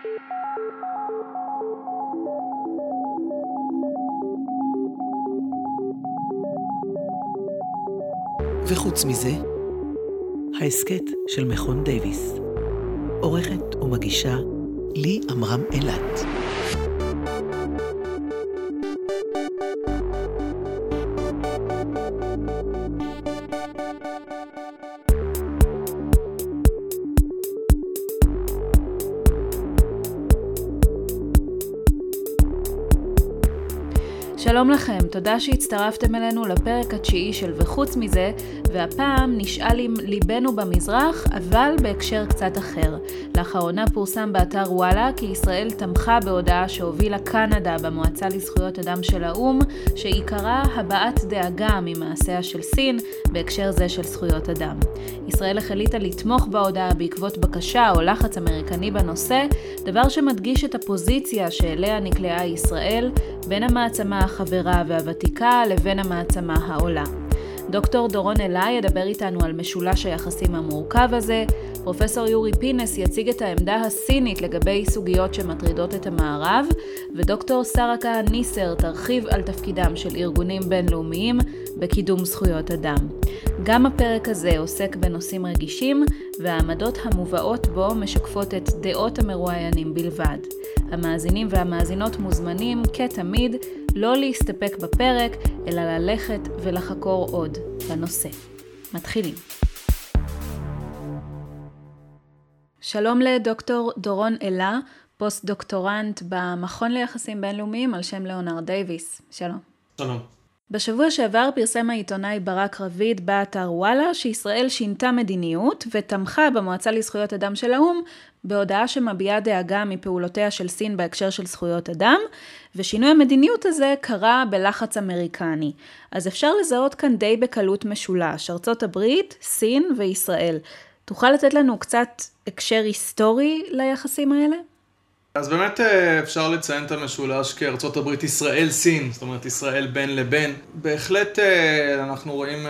וחוץ מזה, ההסכת של מכון דייוויס. עורכת ומגישה לי עמרם אילת. שלום לכם, תודה שהצטרפתם אלינו לפרק התשיעי של וחוץ מזה, והפעם נשאל עם ליבנו במזרח, אבל בהקשר קצת אחר. לאחרונה פורסם באתר וואלה כי ישראל תמכה בהודעה שהובילה קנדה במועצה לזכויות אדם של האו"ם, שעיקרה הבעת דאגה ממעשיה של סין בהקשר זה של זכויות אדם. ישראל החליטה לתמוך בהודעה בעקבות בקשה או לחץ אמריקני בנושא, דבר שמדגיש את הפוזיציה שאליה נקלעה ישראל בין המעצמה החברה והוותיקה לבין המעצמה העולה. דוקטור דורון אלה ידבר איתנו על משולש היחסים המורכב הזה, פרופסור יורי פינס יציג את העמדה הסינית לגבי סוגיות שמטרידות את המערב, ודוקטור שרה כהן ניסר תרחיב על תפקידם של ארגונים בינלאומיים בקידום זכויות אדם. גם הפרק הזה עוסק בנושאים רגישים, והעמדות המובאות בו משקפות את דעות המרואיינים בלבד. המאזינים והמאזינות מוזמנים, כתמיד, לא להסתפק בפרק, אלא ללכת ולחקור עוד בנושא. מתחילים. שלום לדוקטור דורון אלה, פוסט דוקטורנט במכון ליחסים בינלאומיים על שם ליאונרד דייוויס. שלום. שלום. בשבוע שעבר פרסם העיתונאי ברק רביד באתר וואלה שישראל שינתה מדיניות ותמכה במועצה לזכויות אדם של האו"ם בהודעה שמביעה דאגה מפעולותיה של סין בהקשר של זכויות אדם, ושינוי המדיניות הזה קרה בלחץ אמריקני. אז אפשר לזהות כאן די בקלות משולש, ארצות הברית, סין וישראל. תוכל לתת לנו קצת הקשר היסטורי ליחסים האלה? אז באמת אפשר לציין את המשולש כארצות הברית ישראל סין, זאת אומרת ישראל בין לבין. בהחלט אנחנו רואים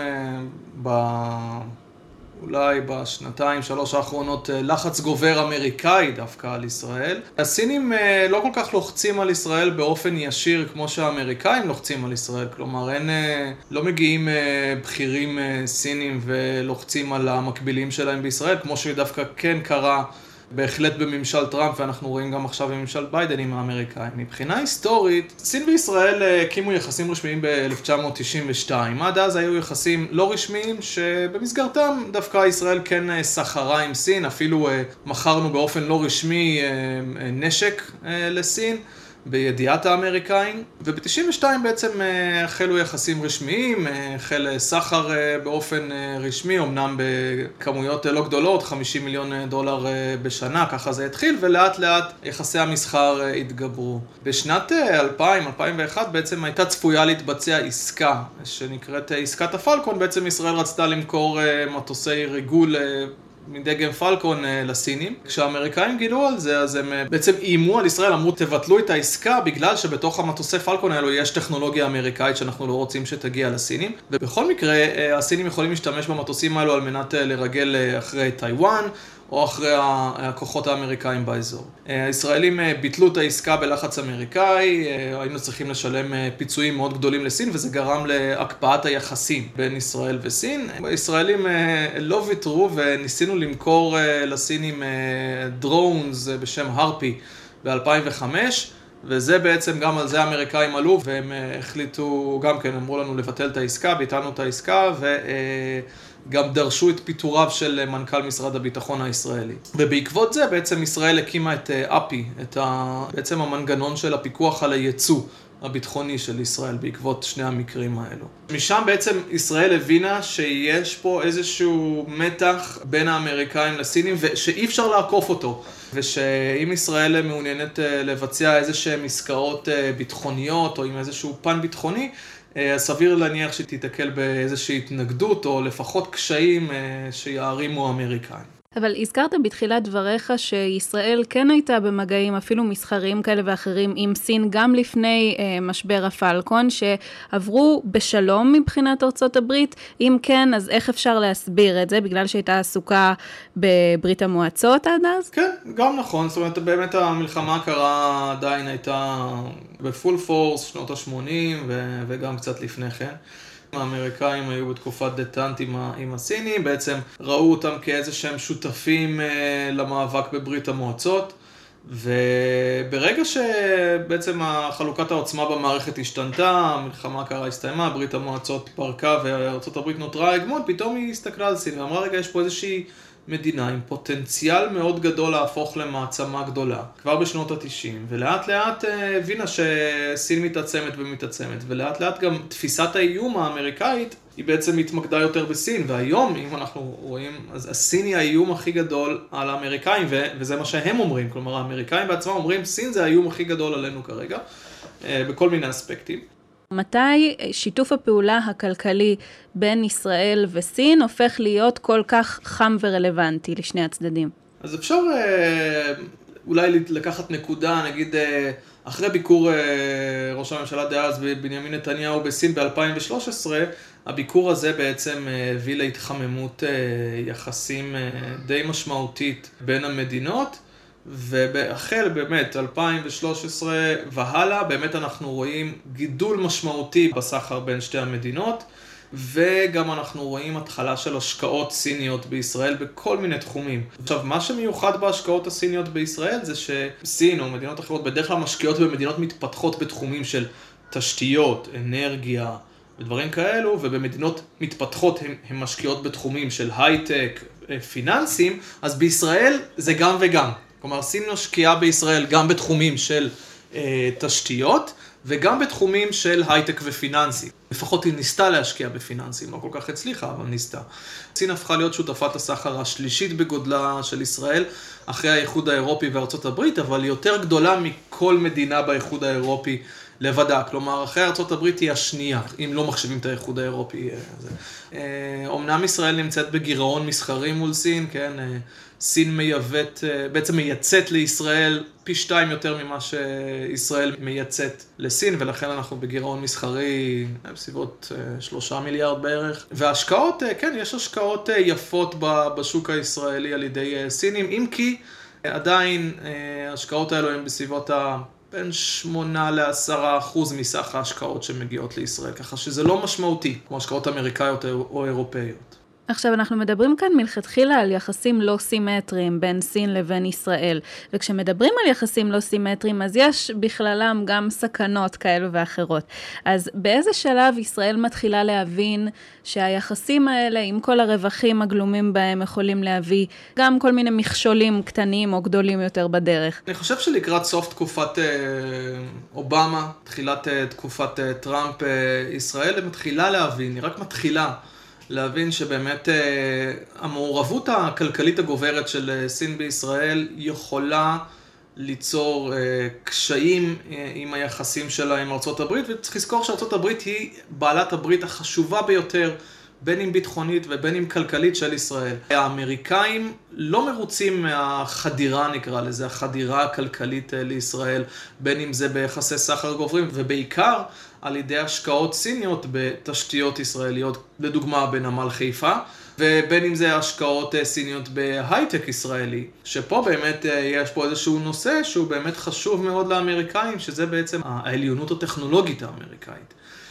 אולי בשנתיים, שלוש האחרונות לחץ גובר אמריקאי דווקא על ישראל. הסינים לא כל כך לוחצים על ישראל באופן ישיר כמו שהאמריקאים לוחצים על ישראל. כלומר, לא מגיעים בכירים סינים ולוחצים על המקבילים שלהם בישראל, כמו שדווקא כן קרה בהחלט בממשל טראמפ, ואנחנו רואים גם עכשיו בממשל ביידן עם האמריקאים. מבחינה היסטורית, סין וישראל הקימו יחסים רשמיים ב-1992. עד אז היו יחסים לא רשמיים, שבמסגרתם דווקא ישראל כן סחרה עם סין, אפילו מכרנו באופן לא רשמי נשק לסין, בידיעת האמריקאים, וב-92 בעצם החלו יחסים רשמיים, החל סחר באופן רשמי, אמנם בכמויות לא גדולות, $50 מיליון בשנה, ככה זה התחיל, ולאט לאט יחסי המסחר התגברו. בשנת 2001 בעצם הייתה צפויה להתבצע עסקה, שנקראת עסקת הפלקון. בעצם ישראל רצתה למכור מטוסי ריגול מדגם פלקון לסינים. כשהאמריקאים גילו על זה, אז הם בעצם איימו על ישראל, אמרו תבטלו את העסקה בגלל שבתוך המטוסי פלקון האלו יש טכנולוגיה אמריקאית שאנחנו לא רוצים שתגיע לסינים. ובכל מקרה, הסינים יכולים להשתמש במטוסים האלו על מנת לרגל אחרי טיואן, או אחרי הכוחות האמריקאים באזור. הישראלים ביטלו את העסקה בלחץ אמריקאי, היינו צריכים לשלם פיצויים מאוד גדולים לסין, וזה גרם להקפאת היחסים בין ישראל וסין. הישראלים לא ויתרו, וניסינו למכור לסינים דרונס בשם הרפי ב-2005, וזה בעצם, גם על זה האמריקאים עלו, והם החליטו, גם כן, אמרו לנו לבטל את העסקה, ביטלנו את העסקה, גם דרשו את פיטוריו של מנכ"ל משרד הביטחון הישראלי. ובעקבות זה בעצם ישראל הקימה את אפי, בעצם המנגנון של הפיקוח על הייצוא הביטחוני של ישראל בעקבות שני המקרים האלו. משם בעצם ישראל הבינה שיש פה איזשהו מתח בין האמריקאים לסינים ושאי אפשר לעקוף אותו. ושאם ישראל מעוניינת לבצע איזשהם עסקאות ביטחוניות או עם איזשהו פן ביטחוני, סביר להניח שתתקל באיזושהי התנגדות או לפחות קשיים שיערימו האמריקאים. אבל הזכרת בתחילת דבריך שישראל כן הייתה במגעים אפילו מסחריים כאלה ואחרים עם סין, גם לפני משבר הפלקון, שעברו בשלום מבחינת ארצות הברית. אם כן, אז איך אפשר להסביר את זה? בגלל שהייתה עסוקה בברית המועצות עד אז? כן, גם נכון. זאת אומרת, באמת המלחמה הקרה עדיין הייתה בפול פורס, שנות ה-80 וגם קצת לפני כן. האמריקאים היו בתקופת דטנט עם הסינים, בעצם ראו אותם כאיזה שהם שותפים למאבק בברית המועצות, וברגע שבעצם חלוקת העוצמה במערכת השתנתה, המלחמה הקרה הסתיימה, ברית המועצות פרקה וארצות הברית נותרה הגמון, פתאום היא הסתכלה על סין ואמרה, רגע, יש פה איזושהי מדינה עם פוטנציאל מאוד גדול להפוך למעצמה גדולה, כבר בשנות ה-90, ולאט לאט הבינה שסין מתעצמת ומתעצמת, ולאט לאט גם תפיסת האיום האמריקאית היא בעצם התמקדה יותר בסין, והיום, אם אנחנו רואים, אז הסין היא האיום הכי גדול על האמריקאים, וזה מה שהם אומרים, כלומר האמריקאים בעצמם אומרים, סין זה האיום הכי גדול עלינו כרגע, בכל מיני אספקטים. מתי שיתוף הפעולה הכלכלי בין ישראל וסין הופך להיות כל כך חם ורלוונטי לשני הצדדים? אז אפשר אולי לקחת נקודה, נגיד אחרי ביקור ראש הממשלה דאז בנימין נתניהו בסין ב-2013, הביקור הזה בעצם הביא להתחממות יחסים די משמעותית בין המדינות, והחל באמת 2013 והלאה, באמת אנחנו רואים גידול משמעותי בסחר בין שתי המדינות, וגם אנחנו רואים התחלה של השקעות סיניות בישראל בכל מיני תחומים. עכשיו, מה שמיוחד בהשקעות הסיניות בישראל זה שסין או מדינות אחרות בדרך כלל משקיעות במדינות מתפתחות בתחומים של תשתיות, אנרגיה ודברים כאלו, ובמדינות מתפתחות הן משקיעות בתחומים של הייטק, פיננסים, אז בישראל זה גם וגם. כלומר, סין משקיעה בישראל גם בתחומים של תשתיות, וגם בתחומים של הייטק ופיננסי. לפחות היא ניסתה להשקיע בפיננסים, לא כל כך הצליחה, אבל ניסתה. סין הפכה להיות שותפת הסחר השלישית בגודלה של ישראל, אחרי האיחוד האירופי וארצות הברית, אבל היא יותר גדולה מכל מדינה באיחוד האירופי לבדה. כלומר, אחרי ארצות הברית היא השנייה, אם לא מחשבים את האיחוד האירופי. אמנם ישראל נמצאת בגירעון מסחרי מול סין, כן? סין בעצם מייצאת לישראל פי 2 יותר ממה שישראל מייצאת לסין, ולכן אנחנו בגירעון מסחרי בסביבות 3 מיליארד בערך. וההשקעות, כן, יש השקעות יפות בשוק הישראלי על ידי סינים, אם כי עדיין ההשקעות האלו הן בסביבות בין 8-10% מסך ההשקעות שמגיעות לישראל, ככה שזה לא משמעותי, כמו השקעות אמריקאיות או אירופאיות. עכשיו אנחנו מדברים כאן מלכתחילה על יחסים לא סימטריים בין סין לבין ישראל, וכשמדברים על יחסים לא סימטריים אז יש בכללם גם סכנות כאלו ואחרות. אז באיזה שלב ישראל מתחילה להבין שהיחסים האלה עם כל הרווחים הגלומים בהם יכולים להביא גם כל מיני מכשולים קטנים או גדולים יותר בדרך? אני חושב שלקראת סוף תקופת אובמה, תחילת תקופת טראמפ, ישראל מתחילה להבין, היא רק מתחילה להבין שבאמת המעורבות הכלכלית הגוברת של סין בישראל יכולה ליצור קשיים עם היחסים שלה עם ארצות הברית, וצריך לזכור שארצות הברית היא בעלת הברית החשובה ביותר, בין אם ביטחונית ובין אם כלכלית של ישראל. האמריקאים לא מרוצים מהחדירה, נקרא לזה, החדירה הכלכלית לישראל, בין אם זה ביחסי סחר גוברים, ובעיקר על ידי השקעות סיניות בתשתיות ישראליות, לדוגמה בנמל חיפה, ובין אם זה השקעות סיניות בהייטק ישראלי, שפה באמת יש פה איזשהו נושא שהוא באמת חשוב מאוד לאמריקאים, שזה בעצם העליונות הטכנולוגית האמריקאית.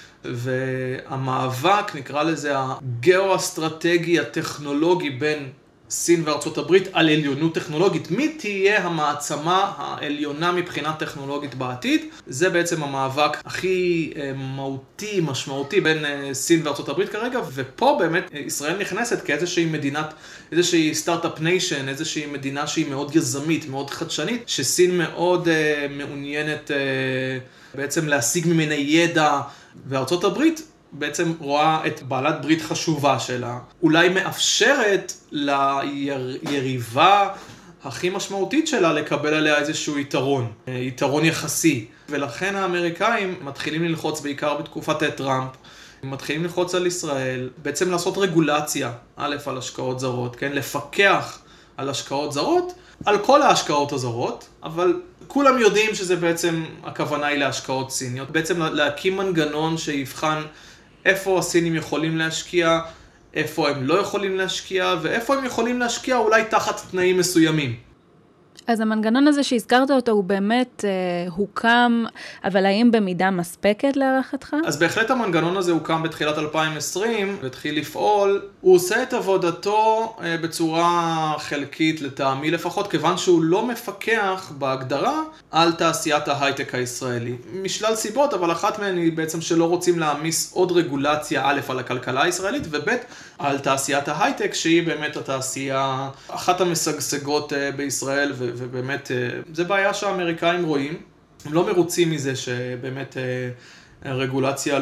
והמאבק, נקרא לזה, הגאו-אסטרטגי הטכנולוגי בין סין וארצות הברית על עליונות טכנולוגית. מי תהיה המעצמה העליונה מבחינה טכנולוגית בעתיד? זה בעצם המאבק הכי מהותי, משמעותי בין סין וארצות הברית כרגע, ופה באמת ישראל נכנסת כאיזושהי מדינת, איזושהי סטארט-אפ ניישן, איזושהי מדינה שהיא מאוד יזמית, מאוד חדשנית, שסין מאוד מעוניינת בעצם להשיג ממנה ידע, וארצות הברית בעצם רואה את בעלת ברית חשובה שלה, אולי מאפשרת ליריבה הכי משמעותית שלה לקבל עליה איזשהו יתרון יחסי. ולכן האמריקאים מתחילים ללחוץ בעיקר בתקופת טראמפ, מתחילים ללחוץ על ישראל, בעצם לעשות רגולציה, א' על השקעות זרות, כן? לפקח על השקעות זרות, על כל ההשקעות הזרות, אבל כולם יודעים שזה בעצם, הכוונה היא להשקעות סיניות. בעצם להקים מנגנון שיבחן איפה הסינים יכולים להשקיע, איפה הם לא יכולים להשקיע, ואיפה הם יכולים להשקיע אולי תחת תנאים מסוימים. אז המנגנון הזה שהזכרת אותו הוא באמת הוקם, אבל האם במידה מספקת להערכתך? אז בהחלט המנגנון הזה הוקם בתחילת 2020, והתחיל לפעול. הוא עושה את עבודתו בצורה חלקית לטעמי לפחות, כיוון שהוא לא מפקח בהגדרה על תעשיית ההייטק הישראלי. משלל סיבות, אבל אחת מהן היא בעצם שלא רוצים להעמיס עוד רגולציה א' על הכלכלה הישראלית, וב' על תעשיית ההייטק, שהיא באמת התעשייה, אחת המשגשגות בישראל, ובאמת, זה בעיה שהאמריקאים רואים. הם לא מרוצים מזה שבאמת הרגולציה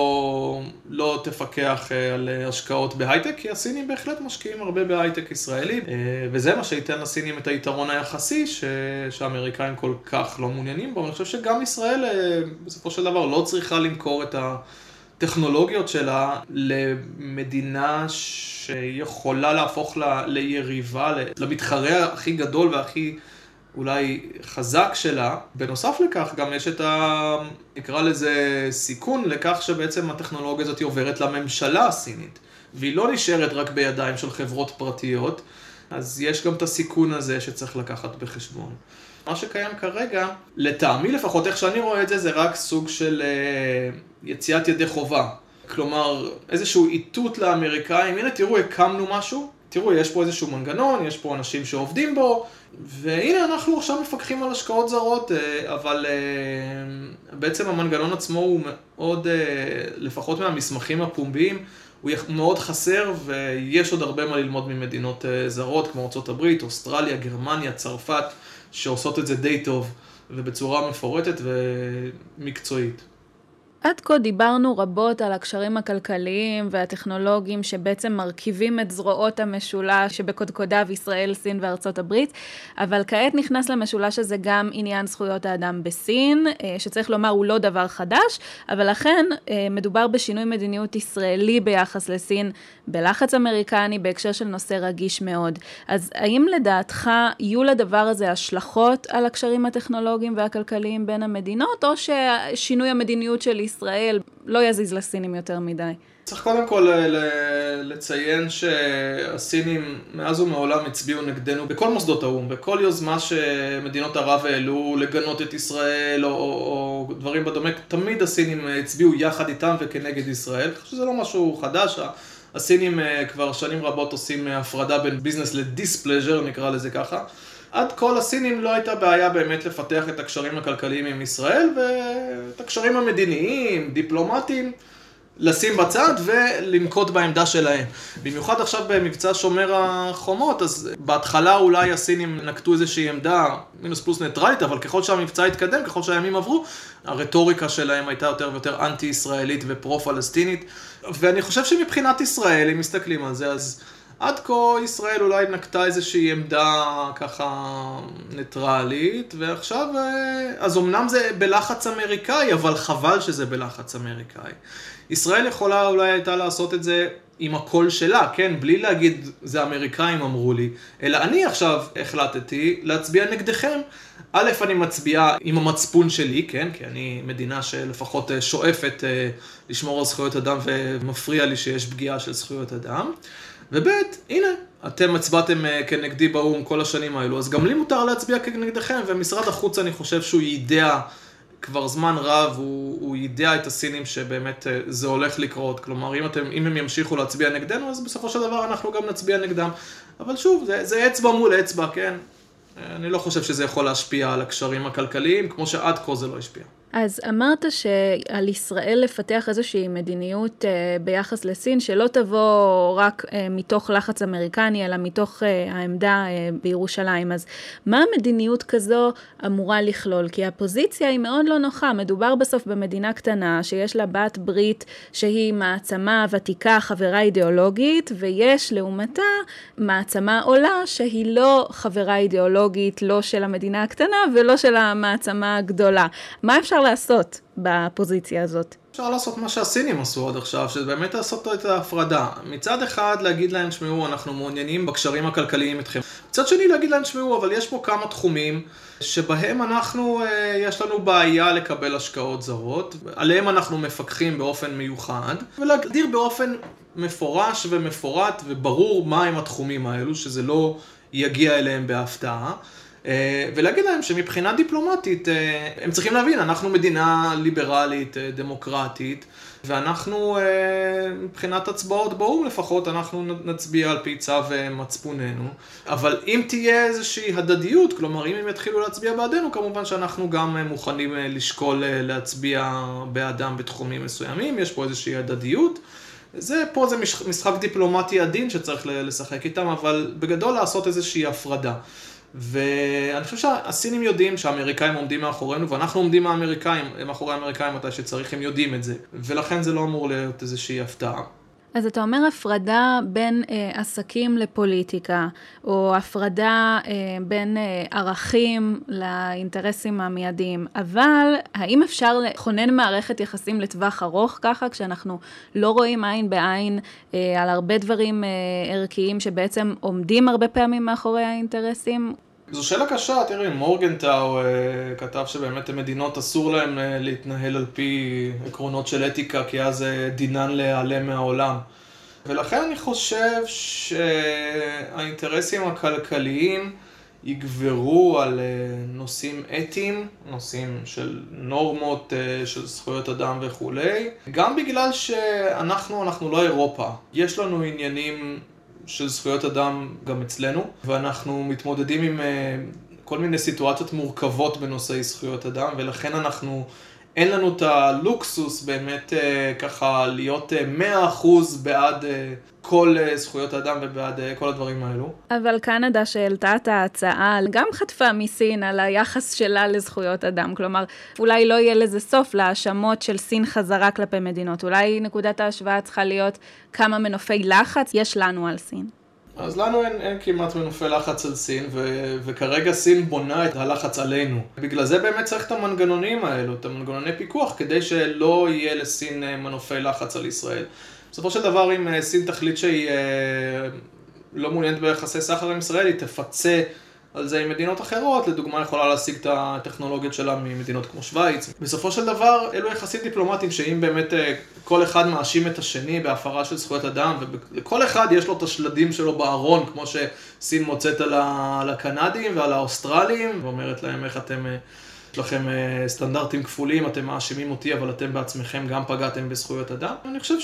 לא תפקח על השקעות בהייטק, כי הסינים בהחלט משקיעים הרבה בהייטק ישראלי, וזה מה שייתן לסינים את היתרון היחסי שהאמריקאים כל כך לא מעוניינים בו. אני חושב שגם ישראל בסופו של דבר לא צריכה למכור את הטכנולוגיות שלה למדינה שיכולה להפוך ליריבה, למתחרה הכי גדול והכי אולי חזק שלה. בנוסף לכך גם יש נקרא לזה סיכון לכך שבעצם הטכנולוגיה הזאת עוברת לממשלה הסינית, והיא לא נשארת רק בידיים של חברות פרטיות, אז יש גם את הסיכון הזה שצריך לקחת בחשבון. מה שקיים כרגע, לטעמי לפחות איך שאני רואה את זה, זה רק סוג של יציאת ידי חובה. כלומר, איזשהו איתות לאמריקאים, הנה תראו, הקמנו משהו, תראו, יש פה איזשהו מנגנון, יש פה אנשים שעובדים בו, והנה אנחנו עכשיו מפקחים על השקעות זרות, אבל בעצם המנגנון עצמו הוא מאוד, לפחות מהמסמכים הפומביים, הוא מאוד חסר, ויש עוד הרבה מה ללמוד ממדינות זרות, כמו ארצות הברית, אוסטרליה, גרמניה, צרפת, שעושות את זה די טוב, ובצורה מפורטת ומקצועית. עד כה דיברנו רבות על הקשרים הכלכליים והטכנולוגיים שבעצם מרכיבים את זרועות המשולש שבקודקודיו ישראל, סין וארצות הברית, אבל כעת נכנס למשולש הזה גם עניין זכויות האדם בסין, שצריך לומר הוא לא דבר חדש, אבל לכן מדובר בשינוי מדיניות ישראלי ביחס לסין, בלחץ אמריקני בהקשר של נושא רגיש מאוד. אז האם לדעתך יהיו לדבר הזה השלכות על הקשרים הטכנולוגיים והכלכליים בין המדינות, או ששינוי המדיניות של ישראל לא יזיז לסינים יותר מדי? צריך קודם כל לציין שהסינים מאז ומעולם הצביעו נגדנו בכל מוסדות האו"ם, בכל יוזמה שמדינות ערב העלו לגנות את ישראל או דברים בדומה, תמיד הסינים הצביעו יחד איתם וכנגד ישראל. אני חושב שזה לא משהו חדש, הסינים כבר שנים רבות עושים הפרדה בין ביזנס לדיספלז'ר, נקרא לזה ככה. עד כל הסינים לא הייתה בעיה באמת לפתח את הקשרים הכלכליים עם ישראל, ואת הקשרים המדיניים, דיפלומטיים, לשים בצד ולנקוט בעמדה שלהם. במיוחד עכשיו במבצע שומר החומות, אז בהתחלה אולי הסינים נקטו איזושהי עמדה מינוס פלוס ניטרלית, אבל ככל שהמבצע התקדם, ככל שהימים עברו, הרטוריקה שלהם הייתה יותר ויותר אנטי-ישראלית ופרו-פלסטינית. ואני חושב שמבחינת ישראל, אם מסתכלים על זה, אז עד כה ישראל אולי נקטה איזושהי עמדה ככה ניטרלית, ועכשיו, אז אמנם זה בלחץ אמריקאי, אבל חבל שזה בלחץ אמריקאי. ישראל יכולה אולי הייתה לעשות את זה עם הקול שלה, כן? בלי להגיד, זה אמריקאים אמרו לי, אלא אני עכשיו החלטתי להצביע נגדכם. א', אני מצביע עם המצפון שלי, כן? כי אני מדינה שלפחות שואפת לשמור על זכויות אדם, ומפריע לי שיש פגיעה של זכויות אדם. וב', הנה, אתם הצבעתם כנגדי באו"ם כל השנים האלו, אז גם לי מותר להצביע כנגדכם, ומשרד החוץ אני חושב שהוא ידע כבר זמן רב, הוא ידע את הסינים שבאמת זה הולך לקרות. כלומר, אם הם ימשיכו להצביע נגדנו, אז בסופו של דבר אנחנו גם נצביע נגדם. אבל שוב, זה אצבע מול אצבע, כן? אני לא חושב שזה יכול להשפיע על הקשרים הכלכליים, כמו שעד כה זה לא השפיע. אז אמרת שעל ישראל לפתח איזושהי מדיניות ביחס לסין, שלא תבוא רק מתוך לחץ אמריקני, אלא מתוך העמדה בירושלים. אז מה המדיניות כזו אמורה לכלול? כי הפוזיציה היא מאוד לא נוחה. מדובר בסוף במדינה קטנה, שיש לה בת ברית שהיא מעצמה ותיקה, חברה אידיאולוגית, ויש לעומתה מעצמה עולה שהיא לא חברה אידיאולוגית, לא של המדינה הקטנה ולא של המעצמה הגדולה. מה אפשר לעשות בפוזיציה הזאת? אפשר לעשות מה שהסינים עשו עד עכשיו, שזה באמת לעשות את ההפרדה. מצד אחד להגיד להם, שמעו, אנחנו מעוניינים בקשרים הכלכליים איתכם. מצד שני להגיד להם, שמעו, אבל יש פה כמה תחומים שבהם יש לנו בעיה לקבל השקעות זרות, עליהם אנחנו מפקחים באופן מיוחד, ולהגדיר באופן מפורש ומפורט וברור מהם התחומים האלו, שזה לא יגיע אליהם בהפתעה. ולהגיד להם שמבחינה דיפלומטית, הם צריכים להבין, אנחנו מדינה ליברלית, דמוקרטית, ואנחנו, מבחינת הצבעות באו"ם לפחות, אנחנו נצביע על פי צו מצפוננו. אבל אם תהיה איזושהי הדדיות, כלומר, אם הם יתחילו להצביע בעדנו, כמובן שאנחנו גם מוכנים לשקול להצביע בעדם בתחומים מסוימים, יש פה איזושהי הדדיות. פה זה משחק דיפלומטי עדין שצריך לשחק איתם, אבל בגדול לעשות איזושהי הפרדה. ואני חושב שהסינים יודעים שהאמריקאים עומדים מאחורינו, ואנחנו עומדים מאחורי האמריקאים מתי שצריך, הם יודעים את זה. ולכן זה לא אמור להיות איזושהי הפתעה. אז אתה אומר הפרדה בין עסקים לפוליטיקה, או הפרדה בין ערכים לאינטרסים המיידיים, אבל האם אפשר לכונן מערכת יחסים לטווח ארוך ככה, כשאנחנו לא רואים עין בעין על הרבה דברים ערכיים שבעצם עומדים הרבה פעמים מאחורי האינטרסים? זו שאלה קשה, תראי, מורגנטאו כתב שבאמת המדינות אסור להם להתנהל על פי עקרונות של אתיקה, כי אז דינן להיעלם מהעולם. ולכן אני חושב שהאינטרסים הכלכליים יגברו על נושאים אתיים, נושאים של נורמות, של זכויות אדם וכו'. גם בגלל שאנחנו לא אירופה. יש לנו עניינים של זכויות אדם גם אצלנו, ואנחנו מתמודדים עם כל מיני סיטואציות מורכבות בנושאי זכויות אדם, ולכן אין לנו את הלוקסוס באמת ככה להיות 100% בעד כל זכויות אדם ובעד כל הדברים האלו. אבל קנדה שהעלתה את ההצעה גם חטפה מסין על היחס שלה לזכויות אדם, כלומר אולי לא יהיה לזה סוף להאשמות של סין חזרה כלפי מדינות, אולי נקודת ההשוואה צריכה להיות כמה מנופי לחץ יש לנו על סין. אז לנו אין כמעט מנופי לחץ על סין, וכרגע סין בונה את הלחץ עלינו. בגלל זה באמת צריך את המנגנונים האלו, את המנגנוני פיקוח, כדי שלא יהיה לסין מנופי לחץ על ישראל. בסופו של דבר, אם סין תחליט שהיא לא מעוניינת ביחסי סחר עם ישראל, היא תפצה על זה עם מדינות אחרות, לדוגמה יכולה להשיג את הטכנולוגיות שלה ממדינות כמו שוויץ. בסופו של דבר, אלו יחסים דיפלומטיים שאם באמת כל אחד מאשים את השני בהפרה של זכויות אדם, וכל אחד יש לו את השלדים שלו בארון, כמו שסין מוצאת על הקנדים ועל האוסטרלים, ואומרת להם איך יש לכם סטנדרטים כפולים, אתם מאשימים אותי, אבל אתם בעצמכם גם פגעתם בזכויות אדם. אני חושב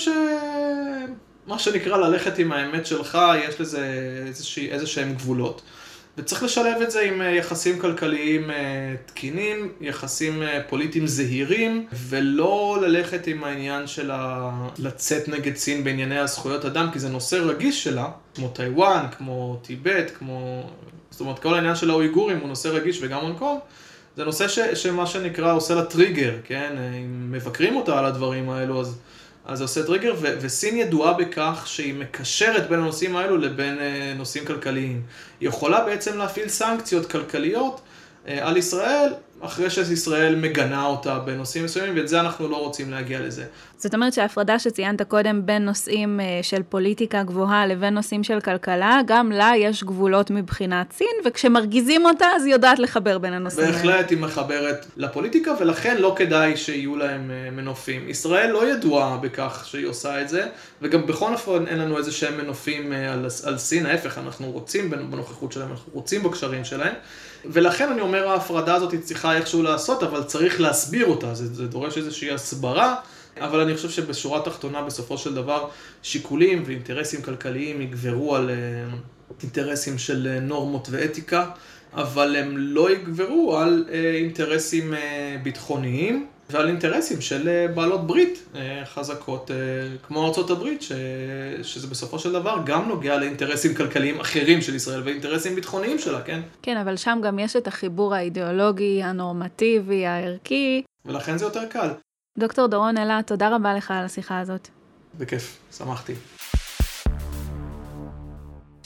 מה שנקרא ללכת עם האמת שלך, יש לזה איזשהם גבולות. וצריך לשלב את זה עם יחסים כלכליים תקינים, יחסים פוליטיים זהירים, ולא ללכת עם העניין של לצאת נגד סין בענייני הזכויות אדם, כי זה נושא רגיש שלה, כמו טיואן, כמו טיבט, זאת אומרת, כל העניין של האויגורים הוא נושא רגיש וגם הונג קונג, זה נושא שמה שנקרא עושה לה טריגר, כן? אם מבקרים אותה על הדברים האלו, אז זה עושה טריגר, וסין ידועה בכך שהיא מקשרת בין הנושאים האלו לבין נושאים כלכליים. היא יכולה בעצם להפעיל סנקציות כלכליות על ישראל, אחרי שישראל מגנה אותה בנושאים מסוימים, ואת זה אנחנו לא רוצים להגיע לזה. זאת אומרת שההפרדה שציינת קודם בין נושאים של פוליטיקה גבוהה לבין נושאים של כלכלה, גם לה יש גבולות מבחינת סין, וכשמרגיזים אותה אז היא יודעת לחבר בין הנושאים. בהחלט היא מחברת לפוליטיקה, ולכן לא כדאי שיהיו להם מנופים. ישראל לא ידועה בכך שהיא עושה את זה, וגם בכל אופן אין לנו איזה שהם מנופים על סין, ההפך, אנחנו רוצים בנוכחות שלהם, אנחנו רוצים בקשרים שלהם, ולכן אני אומר, ההפרדה הזאת היא צריכה איכשהו לעשות, אבל צריך להסביר אותה, זה דורש איזושהי הסברה, אבל אני חושב שבשורה התחתונה, בסופו של דבר, שיקולים ואינטרסים כלכליים יגברו על אינטרסים של נורמות ואתיקה, אבל הם לא יגברו על אינטרסים ביטחוניים, ועל אינטרסים של בעלות ברית חזקות, כמו ארצות הברית, שזה בסופו של דבר גם נוגע לאינטרסים כלכליים אחרים של ישראל, ואינטרסים ביטחוניים שלה, כן? כן, אבל שם גם יש את החיבור האידיאולוגי, הנורמטיבי, הערכי. ולכן זה יותר קל. דוקטור דורון אלה, תודה רבה לך על השיחה הזאת. בכיף, שמחתי.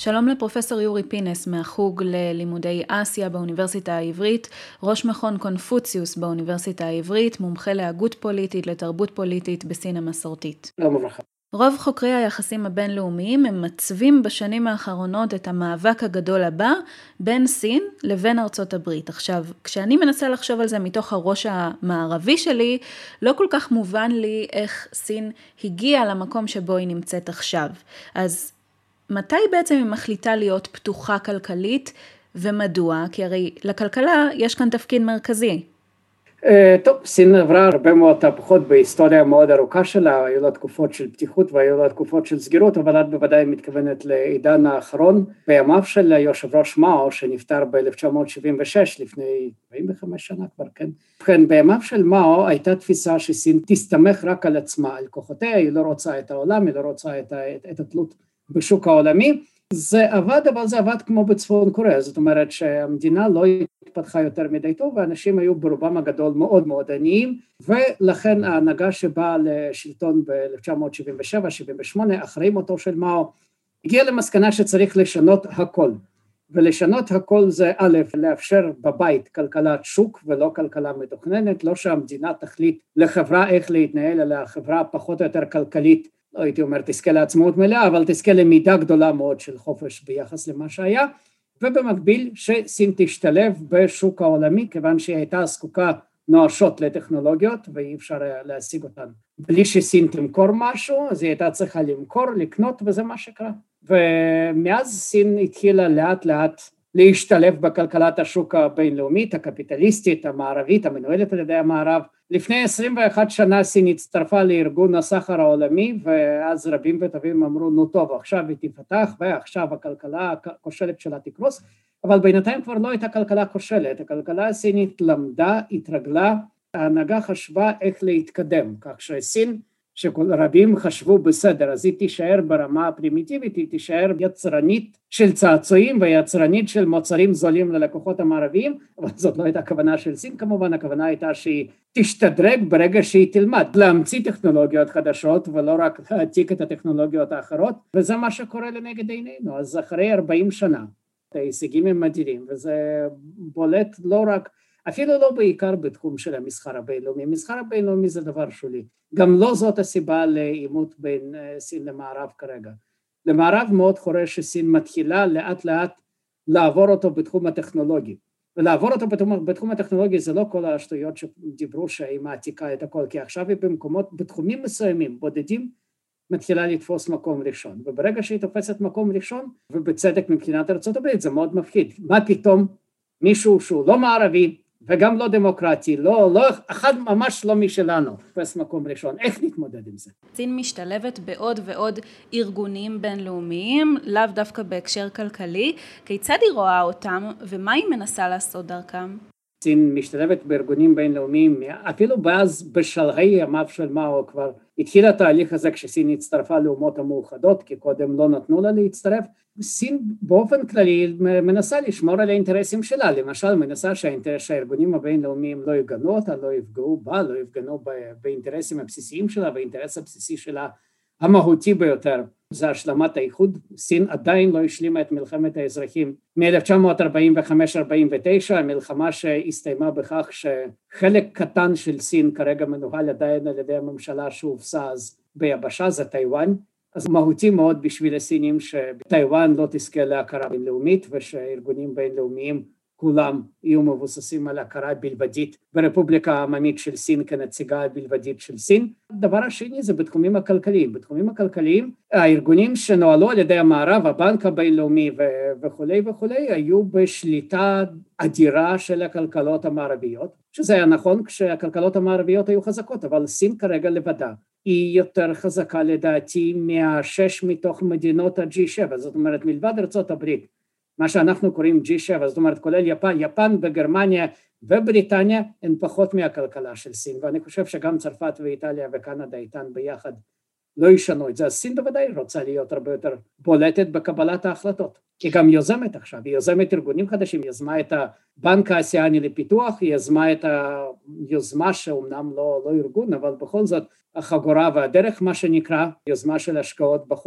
שלום לפרופסור יורי פינס מהחוג ללימודי אסיה באוניברסיטה העברית, ראש מכון קונפוציוס באוניברסיטה העברית, מומחה להגות פוליטית, לתרבות פוליטית בסין המסורתית. שלום וברכה. רוב חוקרי היחסים הבינלאומיים הם מצבים בשנים האחרונות את המאבק הגדול הבא בין סין לבין ארצות הברית. עכשיו, כשאני מנסה לחשוב על זה מתוך הראש המערבי שלי, לא כל כך מובן לי איך סין הגיעה למקום שבו היא נמצאת עכשיו. אז מתי בעצם היא מחליטה להיות פתוחה כלכלית ומדוע? כי הרי לכלכלה יש כאן תפקיד מרכזי. טוב, סין עברה הרבה מאוד תהפוכות בהיסטוריה מאוד ארוכה שלה, היו לה תקופות של פתיחות והיו לה תקופות של סגירות, אבל את בוודאי מתכוונת לעידן האחרון, בימיו של יושב ראש מאו שנפטר ב-1976, לפני 45 שנה כבר, כן? ובכן, בימיו של מאו הייתה תפיסה שסין תסתמך רק על עצמה, על כוחותיה, היא לא רוצה את העולם, היא לא רוצה את התלות בשוק העולמי, זה עבד, אבל זה עבד כמו בצפון קוריאה, זאת אומרת שהמדינה לא התפתחה יותר מדי טוב, ואנשים היו ברובם הגדול מאוד מאוד עניים, ולכן ההנהגה שבאה לשלטון ב-1977-78, אחרי מותו של מאו, הגיעה למסקנה שצריך לשנות הכל, ולשנות הכל זה א', לאפשר בבית כלכלת שוק ולא כלכלה מתוכננת, לא שהמדינה תחליט לחברה איך להתנהל, אלא החברה פחות או יותר כלכלית, לא הייתי אומר תזכה לעצמאות מלאה, אבל תזכה למידה גדולה מאוד של חופש ביחס למה שהיה, ובמקביל שסין תשתלב בשוק העולמי, כיוון שהיא הייתה זקוקה נואשות לטכנולוגיות, ואי אפשר להשיג אותן. בלי שסין תמכור משהו, אז היא הייתה צריכה למכור, לקנות, וזה מה שקרה. ומאז סין התחילה לאט לאט להשתלב בכלכלת השוק הבינלאומית, הקפיטליסטית, המערבית, המנוהלת על ידי המערב. לפני 21 שנה סין הצטרפה לארגון הסחר העולמי, ואז רבים וטובים אמרו, נו טוב, עכשיו היא תפתח, ועכשיו הכלכלה הכושלת שלה תקרוס, אבל בינתיים כבר לא הייתה כלכלה כושלת, הכלכלה הסינית למדה, התרגלה, ההנהגה חשבה איך להתקדם, כך שסין, שרבים חשבו בסדר, אז היא תישאר ברמה הפרימיטיבית, היא תישאר יצרנית של צעצועים ויצרנית של מוצרים זולים ללקוחות המערביים, אבל זאת לא הייתה הכוונה של סין כמובן, הכוונה הייתה שהיא תשתדרג ברגע שהיא תלמד, להמציא טכנולוגיות חדשות ולא רק להעתיק את הטכנולוגיות האחרות, וזה מה שקורה לנגד עינינו, אז אחרי 40 שנה, ההישגים הם מדהימים, וזה בולט לא רק, אפילו לא בעיקר בתחום של המסחר הבינלאומי, המסחר הבינלאומי זה דבר שולי, גם לא זאת הסיבה לעימות בין סין למערב כרגע. למערב מאוד חורה שסין מתחילה לאט לאט לעבור אותו בתחום הטכנולוגי, ולעבור אותו בתחום הטכנולוגי זה לא כל השטויות שדיברו שהיא מעתיקה את הכל, כי עכשיו היא במקומות, בתחומים מסוימים, בודדים, מתחילה לתפוס מקום ראשון, וברגע שהיא תופסת מקום ראשון, ובצדק מבחינת ארצות הברית, זה מאוד מפחיד, מה פתאום מישהו שהוא לא מערבי, וגם לא דמוקרטי, אחד ממש לא משלנו, תופס מקום ראשון, איך נתמודד עם זה? סין משתלבת בעוד ועוד ארגונים בינלאומיים, לאו דווקא בהקשר כלכלי, כיצד היא רואה אותם ומה היא מנסה לעשות דרכם? סין משתלבת בארגונים בינלאומיים, אפילו בשלהי ימיו של מאו כבר התחיל התהליך הזה כשסין הצטרפה לאומות המאוחדות, כי קודם לא נתנו לה להצטרף, סין באופן כללי מנסה לשמור על האינטרסים שלה, למשל מנסה שהארגונים הבינלאומיים לא יפגעו אותה, לא יפגעו בה, לא יפגעו באינטרסים הבסיסיים שלה, והאינטרס הבסיסי שלה המהותי ביותר, זה השלמת האיחוד. סין עדיין לא השלימה את מלחמת האזרחים מ-1945-49, המלחמה שהסתיימה בכך שחלק קטן של סין כרגע מנוהל עדיין על ידי הממשלה שהובסה אז ביבשה, זה טיואן, אז מהותי מאוד בשביל הסינים שטיואן לא תזכה להכרה בינלאומית ושארגונים בינלאומיים כולם יהיו מבוססים על הכרה בלבדית ברפובליקה העממית של סין כנציגה בלבדית של סין. הדבר השני זה בתחומים הכלכליים. בתחומים הכלכליים הארגונים שנוהלו על ידי המערב, הבנק הבינלאומי וכולי וכולי, היו בשליטה אדירה של הכלכלות המערביות, שזה היה נכון כשהכלכלות המערביות היו חזקות, אבל סין כרגע לבדה היא יותר חזקה לדעתי מה-6 מתוך מדינות ה-G7, זאת אומרת מלבד ארצות הברית, מה שאנחנו קוראים G7, זאת אומרת כולל יפן וגרמניה ובריטניה, הן פחות מהכלכלה של סין, ואני חושב שגם צרפת ואיטליה וקנדה איתן ביחד לא ישנו את זה, אז סין בוודאי רוצה להיות הרבה יותר בולטת בקבלת ההחלטות, היא גם יוזמת עכשיו, היא יוזמת ארגונים חדשים, היא יזמה את הבנק האסיאני לפיתוח, היא יזמה את היוזמה שאומנם לא ארגון, אבל בכל זאת החגורה והדרך מה שנקרא, יוזמה של השקעות בחו"ל,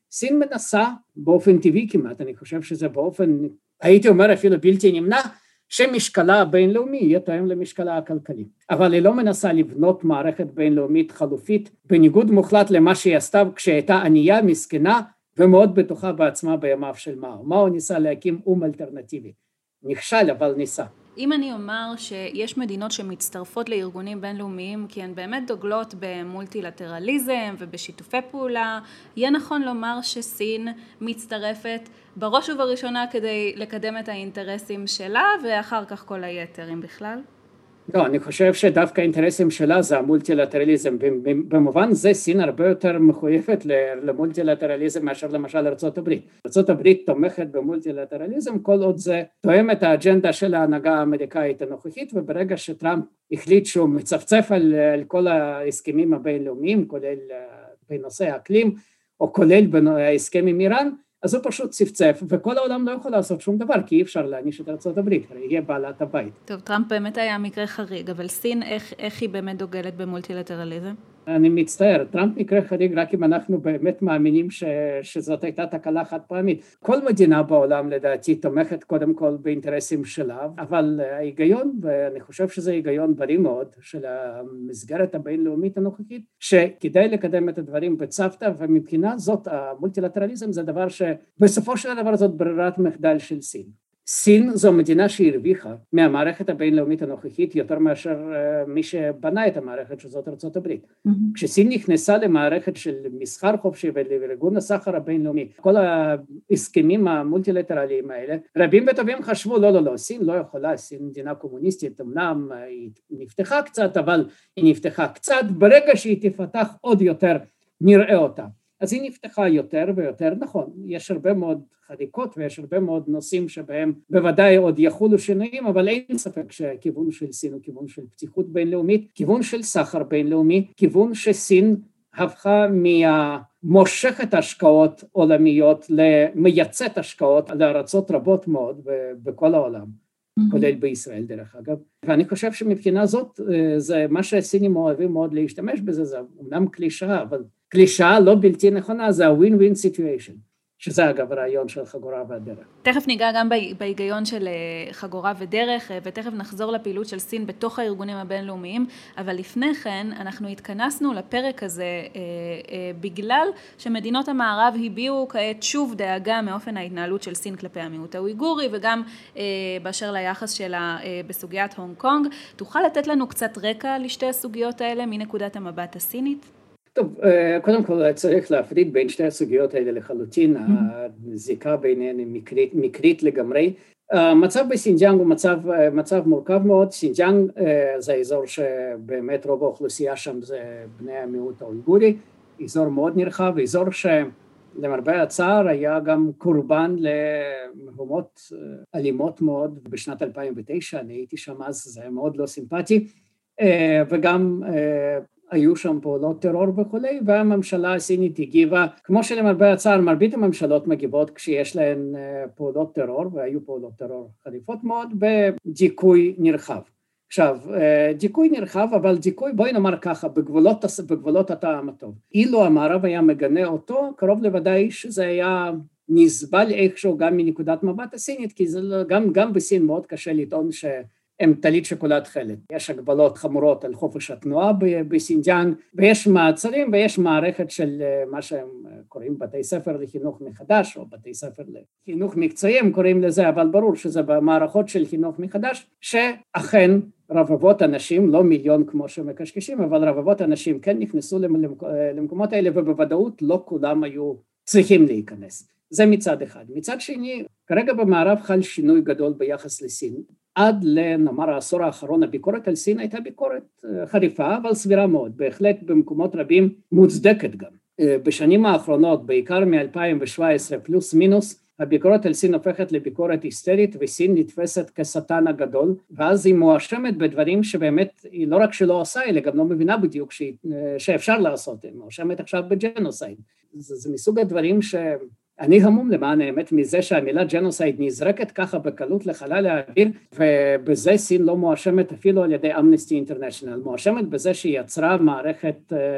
סין מנסה באופן טבעי כמעט, אני חושב שזה באופן, הייתי אומר אפילו בלתי נמנע, שמשקלה הבינלאומי יהיה תואם למשקלה הכלכלי. אבל היא לא מנסה לבנות מערכת בינלאומית חלופית, בניגוד מוחלט למה שהיא עשתה כשהייתה ענייה, מסכנה, ומאוד בטוחה בעצמה בימיו של מאו. מאו ניסה להקים אלטרנטיבי. נכשל, אבל ניסה. אם אני אומר שיש מדינות שמצטרפות לארגונים בינלאומיים כי הן באמת דוגלות במולטילטרליזם ובשיתופי פעולה, יהיה נכון לומר שסין מצטרפת בראש ובראשונה כדי לקדם את האינטרסים שלה ואחר כך כל היתר, אם בכלל? לא, אני חושב שדווקא האינטרסים שלה זה המולטילטרליזם. במובן זה סין הרבה יותר מחויבת למולטילטרליזם מאשר למשל ארצות הברית. ארצות הברית תומכת במולטילטרליזם כל עוד זה תואם את האג'נדה של ההנהגה האמריקאית הנוכחית, וברגע שטראמפ החליט שהוא מצפצף על כל ההסכמים הבינלאומיים, כולל בנושא האקלים, או כולל ההסכם עם איראן, אז הוא פשוט צפצף, וכל העולם לא יכול לעשות שום דבר, כי אי אפשר להעניש את ארצות הברית, הרי יהיה בעלת הבית. טוב, טראמפ באמת היה מקרה חריג, אבל סין, איך היא באמת דוגלת במולטילטרליזם? אני מצטער, טראמפ מקרה חריג רק אם אנחנו באמת מאמינים שזאת הייתה תקלה חד פעמית. כל מדינה בעולם לדעתי תומכת קודם כל באינטרסים שלה, אבל ההיגיון, ואני חושב שזה היגיון בריא מאוד, של המסגרת הבינלאומית הנוכחית, שכדאי לקדם את הדברים בצוותא, ומבחינה זאת המולטילטרליזם זה דבר שבסופו של דבר זאת ברירת מחדל של סין. סין זו מדינה שהרוויחה מהמערכת הבינלאומית הנוכחית יותר מאשר מי שבנה את המערכת שזאת ארצות הברית. כשסין נכנסה למערכת של מסחר חופשי ולארגון הסחר הבינלאומי, כל ההסכמים המולטילטרליים האלה, רבים וטובים חשבו לא, סין לא יכולה, סין מדינה קומוניסטית, אמנם היא נפתחה קצת, אבל היא נפתחה קצת, ברגע שהיא תפתח עוד יותר נראה אותה. אז היא נפתחה יותר ויותר, נכון, יש הרבה מאוד חריקות ויש הרבה מאוד נושאים שבהם בוודאי עוד יחולו שינויים, אבל אין ספק שהכיוון של סין הוא כיוון של פתיחות בינלאומית, כיוון של סחר בינלאומי, כיוון שסין הפכה ממושכת השקעות עולמיות למייצאת השקעות לארצות רבות מאוד בכל העולם, כולל בישראל דרך אגב, ואני חושב שמבחינה זאת זה מה שהסינים אוהבים מאוד להשתמש בזה, זה אומנם קלישאה, אבל קלישאה לא בלתי נכונה, זה ה-win-win situation, שזה אגב הרעיון של חגורה והדרך. תכף ניגע גם בהיגיון של חגורה ודרך, ותכף נחזור לפעילות של סין בתוך הארגונים הבינלאומיים, אבל לפני כן אנחנו התכנסנו לפרק הזה בגלל שמדינות המערב הביעו כעת שוב דאגה מאופן ההתנהלות של סין כלפי המיעוט האויגורי, וגם באשר ליחס שלה בסוגיית הונג קונג. תוכל לתת לנו קצת רקע לשתי הסוגיות האלה מנקודת המבט הסינית? טוב, קודם כל צריך להפריד בין שתי הסוגיות האלה לחלוטין, הזיקה ביניהן היא מקרית לגמרי. המצב בסינג'אנג הוא מצב מורכב מאוד. סינג'אנג זה אזור שבאמת רוב האוכלוסייה שם זה בני המיעוט האויגורי, אזור מאוד נרחב, אזור שלמרבה הצער היה גם קורבן למהומות אלימות מאוד בשנת 2009, אני הייתי שם אז, זה היה מאוד לא סימפטי, וגם היו שם פעולות טרור וכולי, והממשלה הסינית הגיבה, כמו שלמרבה הצער, מרבית הממשלות מגיבות כשיש להן פעולות טרור, והיו פעולות טרור חריפות מאוד, בדיכוי נרחב. עכשיו, דיכוי נרחב, אבל דיכוי, בואי נאמר ככה, בגבולות הטעם הטוב. אילו המערב היה מגנה אותו, קרוב לוודאי שזה היה נסבל איכשהו גם מנקודת מבט הסינית, כי זה גם בסין מאוד קשה לטעון הם טלית שוקולד חלד. יש הגבלות חמורות על חופש התנועה בסינג'אנג, ויש מעצרים ויש מערכת של מה שהם קוראים בתי ספר לחינוך מחדש, או בתי ספר לחינוך מקצועי הם קוראים לזה, אבל ברור שזה במערכות של חינוך מחדש, שאכן רבבות אנשים, לא מיליון כמו שמקשקשים, אבל רבבות אנשים כן נכנסו למקומות האלה, ובוודאות לא כולם היו צריכים להיכנס. זה מצד אחד. מצד שני, כרגע במערב חל שינוי גדול ביחס לסין. עד לנאמר העשור האחרון הביקורת על סין הייתה ביקורת חריפה, אבל סבירה מאוד, בהחלט במקומות רבים מוצדקת גם. בשנים האחרונות, בעיקר מ-2017 פלוס מינוס, הביקורת על סין הופכת לביקורת היסטרית, וסין נתפסת כשטן הגדול, ואז היא מואשמת בדברים שבאמת היא לא רק שלא עושה, אלא גם לא מבינה בדיוק שאפשר לעשות, היא מואשמת עכשיו בג'נוסייד. זה מסוג הדברים אני המום למען האמת מזה שהמילה ג'נוסייד נזרקת ככה בקלות לחלל האוויר, ובזה סין לא מואשמת אפילו על ידי אמנסטי אינטרנשיונל, מואשמת בזה שהיא יצרה מערכת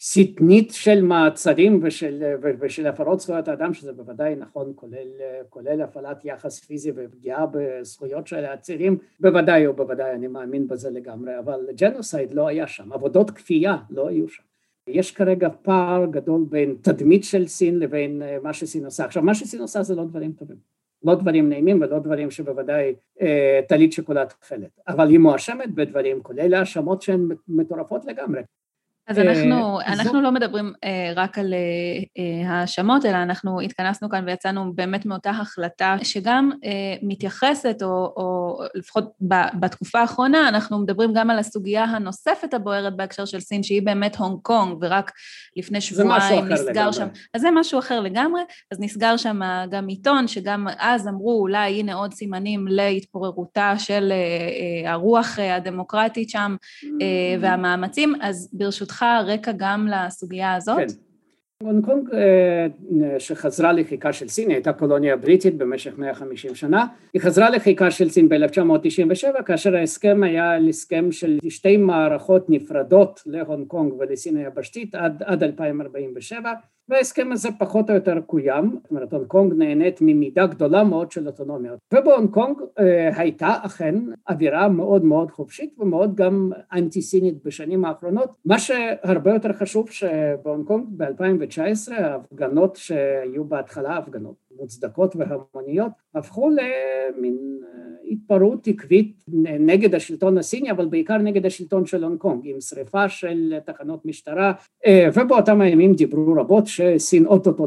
סטנית של מעצרים ושל הפרות זכויות האדם, שזה בוודאי נכון, כולל הפעלת יחס פיזי ופגיעה בזכויות של העצירים, בוודאי ובוודאי אני מאמין בזה לגמרי, אבל ג'נוסייד לא היה שם, עבודות כפייה לא היו שם. יש כרגע פער גדול בין תדמית של סין לבין מה שסין עושה. עכשיו, מה שסין עושה זה לא דברים טובים, לא דברים נעימים ולא דברים שבוודאי טלית שוקולד תכלת, אבל היא מואשמת בדברים, כולל האשמות שהן מטורפות לגמרי. אז אנחנו לא מדברים רק על האשמות, אלא אנחנו התכנסנו כאן ויצאנו באמת מאותה החלטה שגם מתייחסת, או לפחות בתקופה האחרונה, אנחנו מדברים גם על הסוגיה הנוספת הבוערת בהקשר של סין, שהיא באמת הונג קונג, ורק לפני שבועיים נסגר שם. אז זה משהו אחר לגמרי, אז נסגר שם גם עיתון, שגם אז אמרו, אולי הנה עוד סימנים להתפוררותה של הרוח הדמוקרטית שם, והמאמצים, אז ברשותך, רקע גם לסוגיה הזאת? כן. הונג קונג שחזרה לחיקה של סין, היא הייתה קולוניה בריטית במשך 150 שנה, היא חזרה לחיקה של סין ב-1997, כאשר ההסכם היה הסכם של שתי מערכות נפרדות להונג קונג ולסין היבשתית עד 2047, וההסכם הזה פחות או יותר קוים, זאת אומרת, הונג קונג נהנית ממידה גדולה מאוד של אוטונומיה, ובהונג קונג הייתה אכן אווירה מאוד מאוד חופשית ומאוד גם אנטי-סינית בשנים האחרונות, מה שהרבה יותר חשוב שבהונג קונג ב-2019 ההפגנות שהיו בהתחלה, הפגנות מוצדקות והמוניות, הפכו למין התפרעות עקבית נגד השלטון הסיני, אבל בעיקר נגד השלטון של הונג קונג, עם שריפה של תחנות משטרה, ובאותם הימים דיברו רבות שסין אוטוטו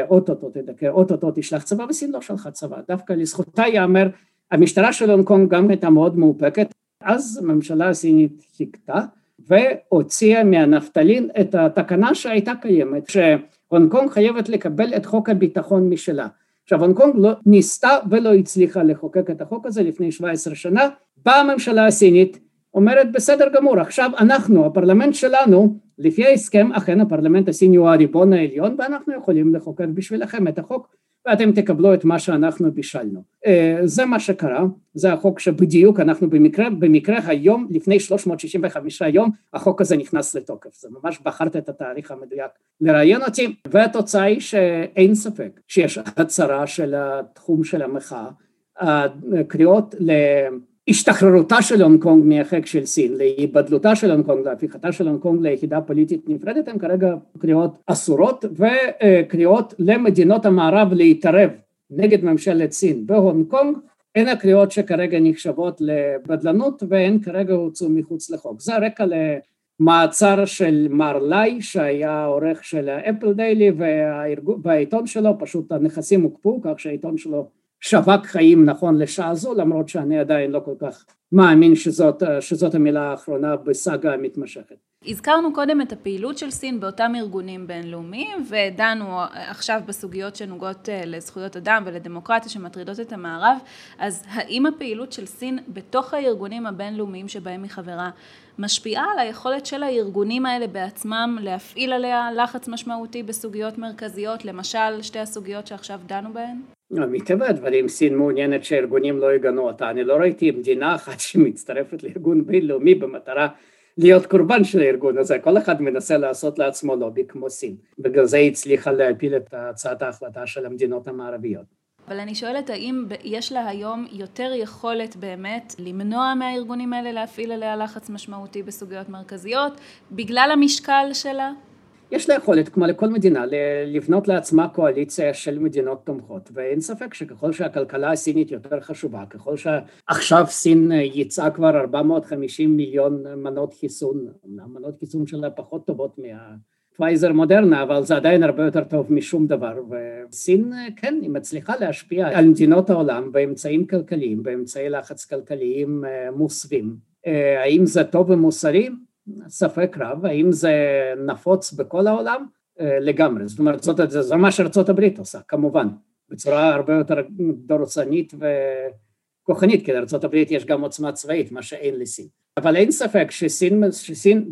תשלח צבא, וסין לא שלחה צבא, דווקא לזכותה יאמר, המשטרה של הונג קונג גם הייתה מאוד מאופקת, אז הממשלה הסינית חיכתה, והוציאה מהנפטלין את התקנה שהייתה קיימת, שהונג קונג חייבת לקבל את חוק הביטחון משלה. עכשיו, הונג קונג לא ניסתה ולא הצליחה לחוקק את החוק הזה לפני 17 שנה, באה הממשלה הסינית, אומרת בסדר גמור, עכשיו אנחנו, הפרלמנט שלנו, לפי ההסכם, אכן הפרלמנט הסיני הוא הריבון העליון, ואנחנו יכולים לחוקק בשבילכם את החוק, ואתם תקבלו את מה שאנחנו בישלנו. זה מה שקרה, זה החוק שבדיוק אנחנו במקרה היום, לפני 365 יום, החוק הזה נכנס לתוקף. זה ממש בחרת את התאריך המדויק לראיין אותי, והתוצאה היא שאין ספק שיש הצהרה של התחום של המחאה, הקריאות להשתחררותה של הונג קונג מהחק של סין, להיבדלותה של הונג קונג, להפיכתה של הונג קונג ליחידה פוליטית נפרדת, הן כרגע קריאות אסורות, וקריאות למדינות המערב להתערב נגד ממשלת סין בהונג קונג, הן הקריאות שכרגע נחשבות לבדלנות, והן כרגע הוצאו מחוץ לחוק. זה הרקע למעצר של מר לי, שהיה עורך של האפל דיילי, והעיתון שלו, פשוט הנכסים הוקפאו, כך שהעיתון שלו שווק חיים נכון לשעה זו, למרות שאני עדיין לא כל כך מאמין שזאת המילה האחרונה בסאגה המתמשכת. הזכרנו קודם את הפעילות של סין באותם ארגונים בינלאומיים, ודנו עכשיו בסוגיות שנוגעות לזכויות אדם ולדמוקרטיה שמטרידות את המערב, אז האם הפעילות של סין בתוך הארגונים הבינלאומיים שבהם היא חברה, משפיעה על היכולת של הארגונים האלה בעצמם להפעיל עליה לחץ משמעותי בסוגיות מרכזיות, למשל שתי הסוגיות שעכשיו דנו בהן? מטבע הדברים סין מעוניינת שהארגונים לא יגנו אותה, אני לא ראיתי מדינה אחת שמצטרפת לארגון בינלאומי במטרה להיות קורבן של הארגון הזה, כל אחד מנסה לעשות לעצמו לובי כמו סין, בגלל זה הצליחה להפיל את הצעת ההחלטה של המדינות המערביות. אבל אני שואלת, האם יש לה היום יותר יכולת באמת למנוע מהארגונים האלה להפעיל עליה לחץ משמעותי בסוגיות מרכזיות, בגלל המשקל שלה? יש לה יכולת, כמו לכל מדינה, לבנות לעצמה קואליציה של מדינות תומכות, ואין ספק שככל שהכלכלה הסינית יותר חשובה, ככל שעכשיו סין יצאה כבר 450 מיליון מנות חיסון, מנות חיסון שלה פחות טובות פייזר מודרנה, אבל זה עדיין הרבה יותר טוב משום דבר, וסין כן, היא מצליחה להשפיע על מדינות העולם באמצעים כלכליים, באמצעי לחץ כלכליים מוסווים. האם זה טוב ומוסרי? ספק רב. האם זה נפוץ בכל העולם? לגמרי. זאת אומרת, זה מה שארצות הברית עושה, כמובן, בצורה הרבה יותר דורסנית וכוחנית, כי לארצות הברית יש גם עוצמה צבאית, מה שאין לסין. אבל אין ספק שסין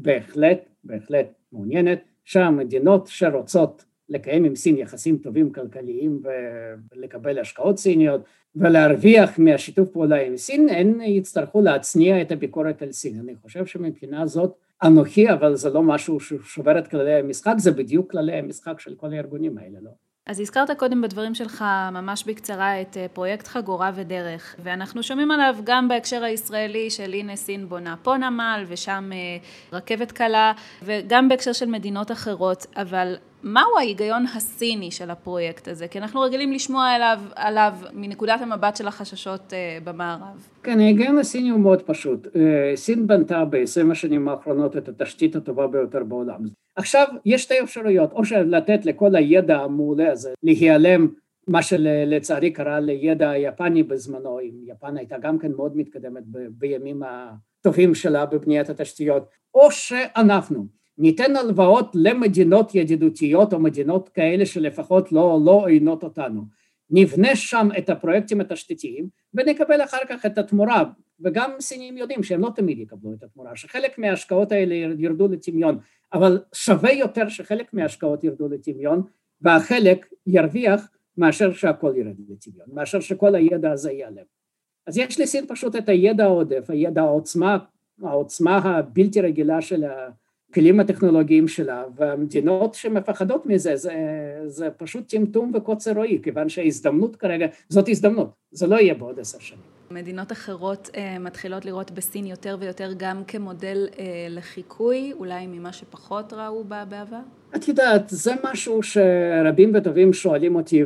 בהחלט מעוניינת, שהמדינות שרוצות לקיים עם סין יחסים טובים כלכליים ולקבל השקעות סיניות ולהרוויח מהשיתוף פעולה עם סין, הן יצטרכו להצניע את הביקורת על סין. אני חושב שמבחינה זאת אנוכי, אבל זה לא משהו ששובר את כללי המשחק, זה בדיוק כללי המשחק של כל הארגונים האלה, לא? אז הזכרת קודם בדברים שלך ממש בקצרה את פרויקט חגורה ודרך, ואנחנו שומעים עליו גם בהקשר הישראלי של הנה סין בונה פה נמל ושם רכבת קלה, וגם בהקשר של מדינות אחרות, אבל מהו ההיגיון הסיני של הפרויקט הזה? כי אנחנו רגילים לשמוע עליו מנקודת המבט של החששות במערב. כן, ההיגיון הסיני הוא מאוד פשוט. סין בנתה ב-20 השנים האחרונות את התשתית הטובה ביותר בעולם. עכשיו יש שתי אפשרויות, או לתת לכל הידע המעולה הזה להיעלם, מה שלצערי קרה לידע היפני בזמנו, יפן הייתה גם כן מאוד מתקדמת בימים הטובים שלה בבניית התשתיות, או שאנחנו ניתן הלוואות למדינות ידידותיות או מדינות כאלה שלפחות לא עוינות אותנו, נבנה שם את הפרויקטים התשתיתיים ונקבל אחר כך את התמורה, וגם סינים יודעים שהם לא תמיד יקבלו את התמורה, שחלק מההשקעות האלה ירדו לטמיון, אבל שווה יותר שחלק מההשקעות ירדו לטמיון, והחלק ירוויח מאשר שהכל ירד לטמיון, מאשר שכל הידע הזה ייעלם. אז יש לסין פשוט את הידע העודף, הידע העוצמה הבלתי רגילה של הכלים הטכנולוגיים שלה, והמדינות שמפחדות מזה, זה פשוט טמטום וקוצר רואי, כיוון שההזדמנות כרגע, זאת הזדמנות, זה לא יהיה בעוד 10 שנים. מדינות אחרות מתחילות לראות בסין יותר ויותר גם כמודל לחיקוי, אולי ממה שפחות ראו בה בעבר? את יודעת, זה משהו שרבים וטובים שואלים אותי,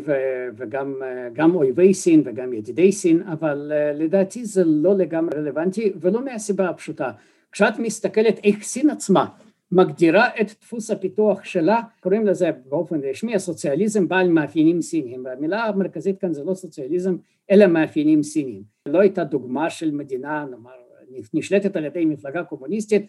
וגם אויבי סין וגם ידידי סין, אבל לדעתי זה לא לגמרי רלוונטי, ולא מהסיבה הפשוטה. כשאת מסתכלת איך סין עצמה מגדירה את דפוס הפיתוח שלה, קוראים לזה באופן רשמי, הסוציאליזם בעל מאפיינים סיניים, והמילה המרכזית כאן זה לא סוציאליזם, אלא מאפיינים סיניים. לא הייתה דוגמה של מדינה, נאמר, נשלטת על ידי מפלגה קומוניסטית,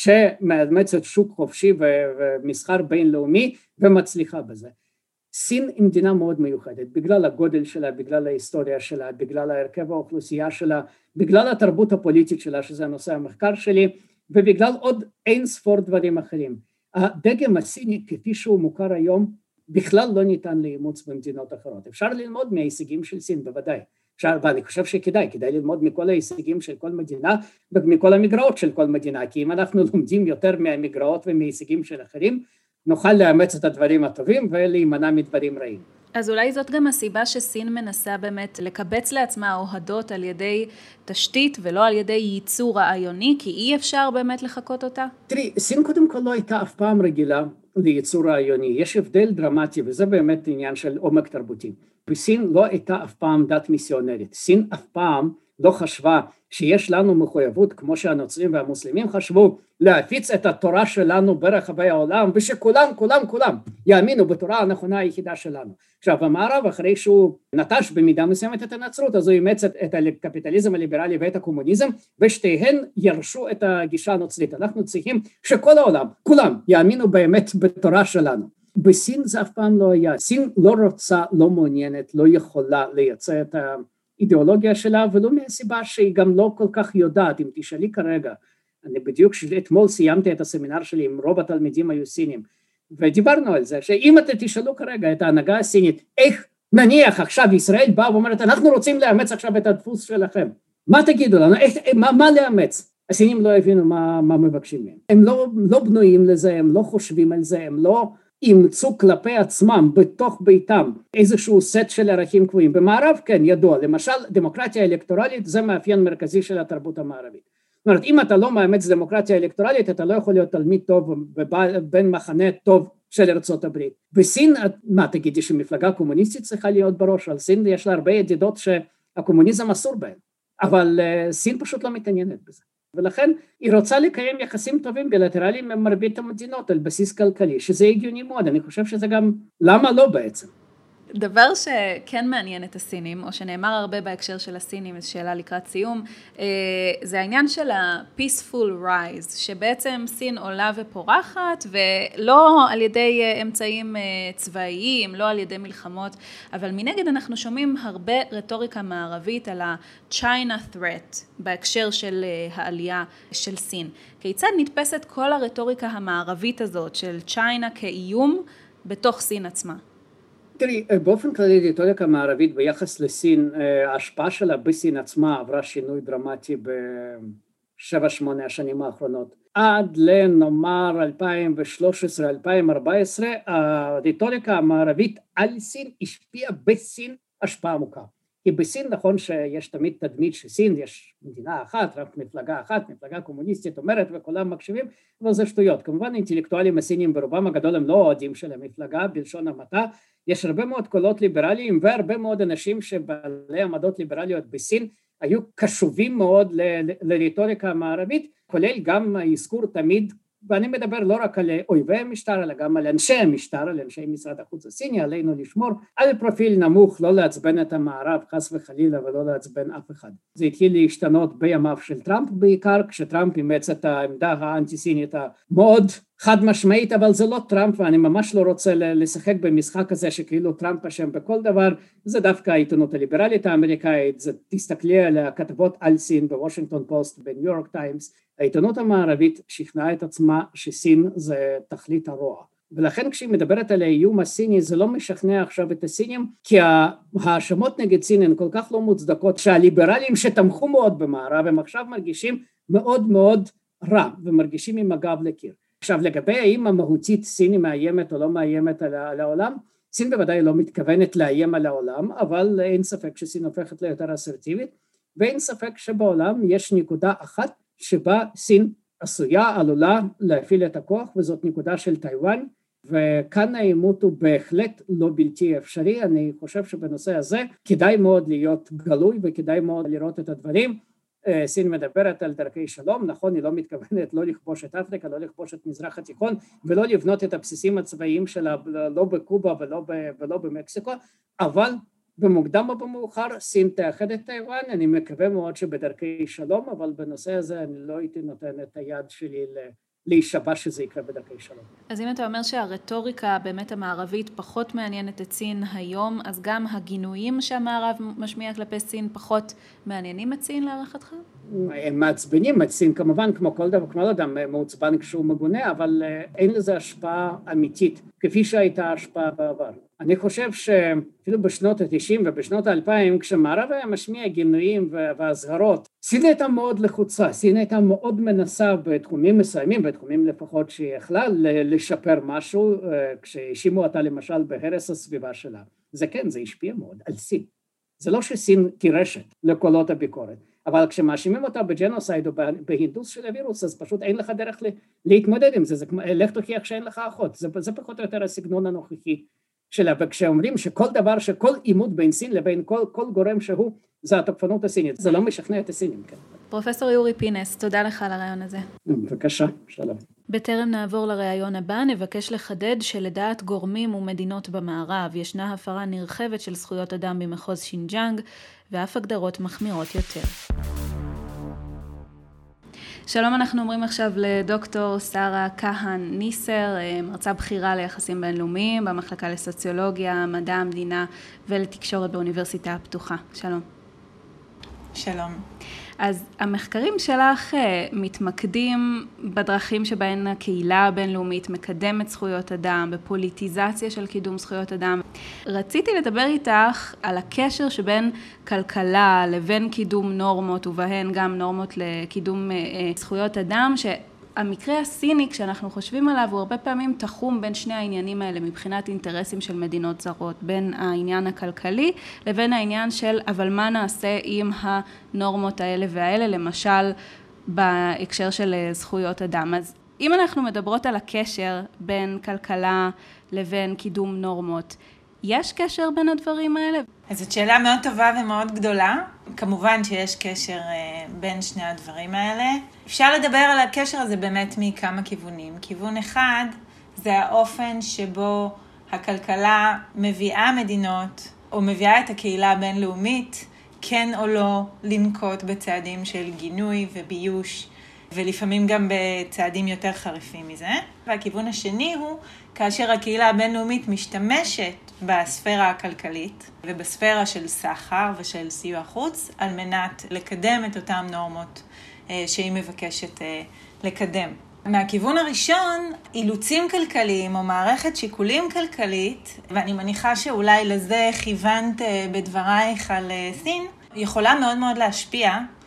שמאמצת שוק חופשי ומסחר בינלאומי ומצליחה בזה. סין היא מדינה מאוד מיוחדת, בגלל הגודל שלה, בגלל ההיסטוריה שלה, בגלל הרכב האוכלוסייה שלה, בגלל התרבות הפוליטית שלה, שזה הנושא המחקר שלי, ובגלל עוד אין ספור דברים אחרים. הדגם הסיני כפי שהוא מוכר היום, בכלל לא ניתן לאימוץ במדינות אחרות. אפשר ללמוד מההישגים של סין, בוודאי. ואני חושב שכדאי ללמוד מכל ההישגים של כל מדינה, ומכל המגרעות של כל מדינה, כי אם אנחנו לומדים יותר מהמגרעות ומההישגים של אחרים, נוכל לאמץ את הדברים הטובים ולהימנע מדברים רעים. אז אולי זאת גם הסיבה שסין מנסה באמת לקבץ לעצמה אוהדות על ידי תשתית ולא על ידי ייצור רעיוני, כי אי אפשר באמת לחכות אותה? תראי, סין קודם כל לא הייתה אף פעם רגילה לייצור רעיוני, יש הבדל דרמטי וזה באמת עניין של עומק תרבותי. בסין לא הייתה אף פעם דת מיסיונרית, סין אף פעם לא חשבה שיש לנו מחויבות כמו שהנוצרים והמוסלמים חשבו להפיץ את התורה שלנו ברחבי העולם ושכולם יאמינו בתורה הנכונה היחידה שלנו. עכשיו המערב אחרי שהוא נטש במידה מסוימת את הנצרות אז הוא אימץ את הקפיטליזם הליברלי ואת הקומוניזם ושתיהן ירשו את הגישה הנוצרית. אנחנו צריכים שכל העולם כולם יאמינו באמת בתורה שלנו. בסין זה אף פעם לא היה, סין לא רוצה, לא מעוניינת, לא יכולה לייצר את האידיאולוגיה שלה, ולא מהסיבה שהיא גם לא כל כך יודעת. אם תשאלי כרגע, אני בדיוק אתמול סיימתי את הסמינר שלי עם רוב התלמידים היו סינים, ודיברנו על זה, שאם אתם תשאלו כרגע את ההנהגה הסינית, איך נניח עכשיו ישראל באה ואומרת, אנחנו רוצים לאמץ עכשיו את הדפוס שלכם, מה תגידו לנו, מה לאמץ? הסינים לא הבינו מה מבקשים מהם, הם לא בנויים לזה, הם לא חושבים על זה, הם לא אימצו כלפי עצמם בתוך ביתם איזשהו סט של ערכים קבועים. במערב כן ידוע, למשל דמוקרטיה אלקטורלית זה מאפיין מרכזי של התרבות המערבית. זאת אומרת אם אתה לא מאמץ דמוקרטיה אלקטורלית אתה לא יכול להיות תלמיד טוב בן מחנה טוב של ארצות הברית. בסין מה תגידי שמפלגה קומוניסטית צריכה להיות בראש, על סין יש לה הרבה ידידות שהקומוניזם אסור בהן, אבל סין פשוט לא מתעניינת בזה. ולכן היא רוצה לקיים יחסים טובים בילטרליים עם מרבית המדינות על בסיס כלכלי, שזה הגיוני מאוד, אני חושב שזה גם, למה לא בעצם? דבר שכן מעניין את הסינים, או שנאמר הרבה בהקשר של הסינים, זו שאלה לקראת סיום, זה העניין של ה-peaceful rise, שבעצם סין עולה ופורחת, ולא על ידי אמצעים צבאיים, לא על ידי מלחמות, אבל מנגד אנחנו שומעים הרבה רטוריקה מערבית על ה-China threat, בהקשר של העלייה של סין. כיצד נתפסת כל הרטוריקה המערבית הזאת של צ'יינה כאיום בתוך סין עצמה? תראי, באופן כללי רטוריקה המערבית ביחס לסין, ההשפעה שלה בסין עצמה עברה שינוי דרמטי 7-8 השנים האחרונות. עד לנאמר 2013-2014, הרטוריקה המערבית על סין השפיעה בסין השפעה עמוקה. כי בסין נכון שיש תמיד תדמית שסין יש מדינה אחת, רק מפלגה אחת, מפלגה קומוניסטית אומרת וכולם מקשיבים, אבל זה שטויות. כמובן אינטלקטואלים הסינים ברובם הגדול הם לא אוהדים של המפלגה בלשון המעטה, יש הרבה מאוד קולות ליברליים והרבה מאוד אנשים שבעלי עמדות ליברליות בסין היו קשובים מאוד לרטוריקה המערבית, כולל גם האזכור תמיד, ואני מדבר לא רק על אויבי המשטר, אלא גם על אנשי המשטר, על אנשי משרד החוץ הסיני, עלינו לשמור על פרופיל נמוך, לא לעצבן את המערב, חס וחלילה, ולא לעצבן אף אחד. זה התחיל להשתנות בימיו של טראמפ בעיקר, כשטראמפ אימץ את העמדה האנטי-סינית המאוד חד משמעית, אבל זה לא טראמפ, ואני ממש לא רוצה לשחק במשחק הזה שכאילו טראמפ אשם בכל דבר, זה דווקא העיתונות הליברלית האמריקאית, זה תסתכלי על הכתבות על סין בוושינגטון פוסט, בניו יורק טיימס, העיתונות המערבית שכנעה את עצמה שסין זה תכלית הרוע. ולכן כשהיא מדברת על האיום הסיני זה לא משכנע עכשיו את הסינים, כי ההאשמות נגד סין הן כל כך לא מוצדקות, שהליברלים שתמכו מאוד במערב הם עכשיו מרגישים מאוד מאוד רע ומרגישים עם הגב לקיר. עכשיו לגבי האם המהותית סין מאיימת או לא מאיימת על העולם, סין בוודאי לא מתכוונת לאיים על העולם, אבל אין ספק שסין הופכת ליותר אסרטיבית, ואין ספק שבעולם יש נקודה אחת שבה סין עלולה להפעיל את הכוח, וזאת נקודה של טיואן, וכאן העימות הוא בהחלט לא בלתי אפשרי. אני חושב שבנושא הזה כדאי מאוד להיות גלוי וכדאי מאוד לראות את הדברים. סין מדברת על דרכי שלום, נכון, היא לא מתכוונת לא לכבוש את אפריקה, לא לכבוש את מזרח התיכון, ולא לבנות את הבסיסים הצבאיים שלה, לא בקובה ולא במקסיקו, אבל במוקדם או במאוחר סין תאחד את טיואן. אני מקווה מאוד שבדרכי שלום, אבל בנושא הזה אני לא הייתי נותן את היד שלי להישבע שזה יקרה בדרכי שלום. אז אם אתה אומר שהרטוריקה באמת המערבית פחות מעניינת את סין היום, אז גם הגינויים שהמערב משמיע כלפי סין פחות מעניינים את סין להערכתך? הם מעצבנים את סין כמובן, כמו כל דבר, כמו אדם מעוצבן כשהוא מגונה, אבל אין לזה השפעה אמיתית, כפי שהייתה השפעה בעבר. אני חושב שאפילו בשנות ה-90 ובשנות ה-2000, כשמערב היה משמיע גינויים והזהרות, סין הייתה מאוד לחוצה, סין הייתה מאוד מנסה בתחומים מסוימים, בתחומים לפחות שהיא יכלה לשפר משהו, כשהאשימו אותה למשל בהרס הסביבה שלה. זה כן, זה השפיע מאוד על סין. זה לא שסין תירשת לקולות הביקורת, אבל כשמאשימים אותה בג'נוסייד או בהינדוס של הווירוס, אז פשוט אין לך דרך להתמודד עם זה, זה כמו, לך תוכיח שאין לך אחות, זה פחות או יותר הסגנון הנוכחי שלה, וכשאומרים שכל דבר, שכל עימות בין סין לבין כל גורם שהוא, זה התוקפנות הסינית, זה לא משכנע את הסינים. כן. פרופסור יורי פינס, תודה לך על הרעיון הזה. בבקשה, שלום. בטרם נעבור לרעיון הבא, נבקש לחדד שלדעת גורמים ומדינות במערב, ישנה הפרה נרחבת של זכויות אדם במחוז שינג'אנג, ואף הגדרות מחמירות יותר. שלום, אנחנו אומרים עכשיו לדוקטור שרה כהן ניסר, מרצה בכירה ליחסים בינלאומיים במחלקה לסוציולוגיה, מדע המדינה ולתקשורת באוניברסיטה הפתוחה. שלום. שלום. אז המחקרים שלך מתמקדים בדרכים שבהן הקהילה הבינלאומית מקדמת זכויות אדם, בפוליטיזציה של קידום זכויות אדם. רציתי לדבר איתך על הקשר שבין כלכלה לבין קידום נורמות, ובהן גם נורמות לקידום זכויות אדם, המקרה הסיני, כשאנחנו חושבים עליו, הוא הרבה פעמים תחום בין שני העניינים האלה, מבחינת אינטרסים של מדינות זרות, בין העניין הכלכלי לבין העניין של, אבל מה נעשה עם הנורמות האלה והאלה, למשל בהקשר של זכויות אדם. אז אם אנחנו מדברות על הקשר בין כלכלה לבין קידום נורמות, יש קשר בין הדברים האלה? אז זאת שאלה מאוד טובה ומאוד גדולה. כמובן שיש קשר בין שני הדברים האלה. אפשר לדבר על הקשר הזה באמת מכמה כיוונים. כיוון אחד זה האופן שבו הכלכלה מביאה מדינות או מביאה את הקהילה הבינלאומית, כן או לא, לנקוט בצעדים של גינוי וביוש, ולפעמים גם בצעדים יותר חריפים מזה. והכיוון השני הוא כאשר הקהילה הבינלאומית משתמשת בספירה הכלכלית ובספירה של סחר ושל סיוע חוץ על מנת לקדם את אותם נורמות שהיא מבקשת לקדם. מהכיוון הראשון, אילוצים כלכליים או מערכת שיקולים כלכלית, ואני מניחה שאולי לזה כיוונת בדברייך על סין, יכולה מאוד מאוד להשפיע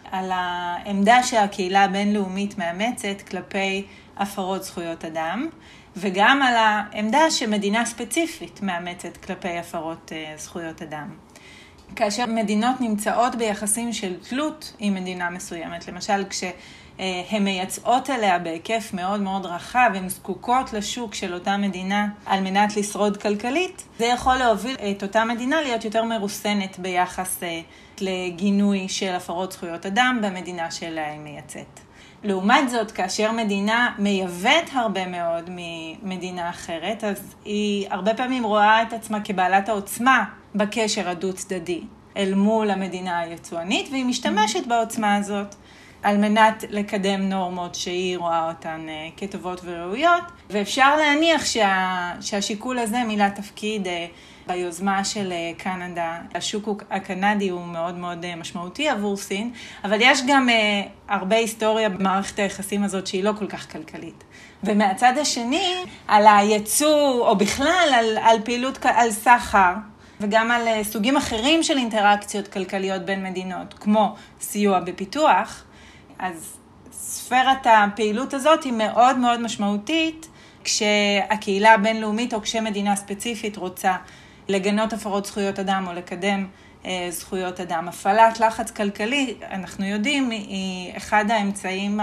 על העמדה שהקהילה הבינלאומית מאמצת כלפי הפרות זכויות אדם, וגם על העמדה שמדינה ספציפית מאמצת כלפי הפרות זכויות אדם. כאשר מדינות נמצאות ביחסים של תלות עם מדינה מסוימת, למשל כשהן מייצאות אליה בהיקף מאוד מאוד רחב, הן זקוקות לשוק של אותה מדינה על מנת לשרוד כלכלית, זה יכול להוביל את אותה מדינה להיות יותר מרוסנת ביחס לגינוי של הפרות זכויות אדם במדינה שלה היא מייצאת. לעומת זאת, כאשר מדינה מייבאת הרבה מאוד ממדינה אחרת, אז היא הרבה פעמים רואה את עצמה כבעלת העוצמה בקשר הדו-צדדי אל מול המדינה היצואנית, והיא משתמשת בעוצמה הזאת על מנת לקדם נורמות שהיא רואה אותן כטובות וראויות, ואפשר להניח שהשיקול הזה מילא תפקיד ביוזמה של קנדה. השוק הקנדי הוא מאוד מאוד משמעותי עבור סין, אבל יש גם הרבה היסטוריה במערכת היחסים הזאת שהיא לא כל כך כלכלית. ומהצד השני, על הייצוא, או בכלל על פעילות, על סחר, וגם על סוגים אחרים של אינטראקציות כלכליות בין מדינות, כמו סיוע בפיתוח, אז ספרת הפעילות הזאת היא מאוד מאוד משמעותית, כשהקהילה הבינלאומית או כשמדינה ספציפית רוצה לגנות הפרות זכויות אדם או לקדם זכויות אדם. הפעלת לחץ כלכלי, אנחנו יודעים, היא אחד האמצעים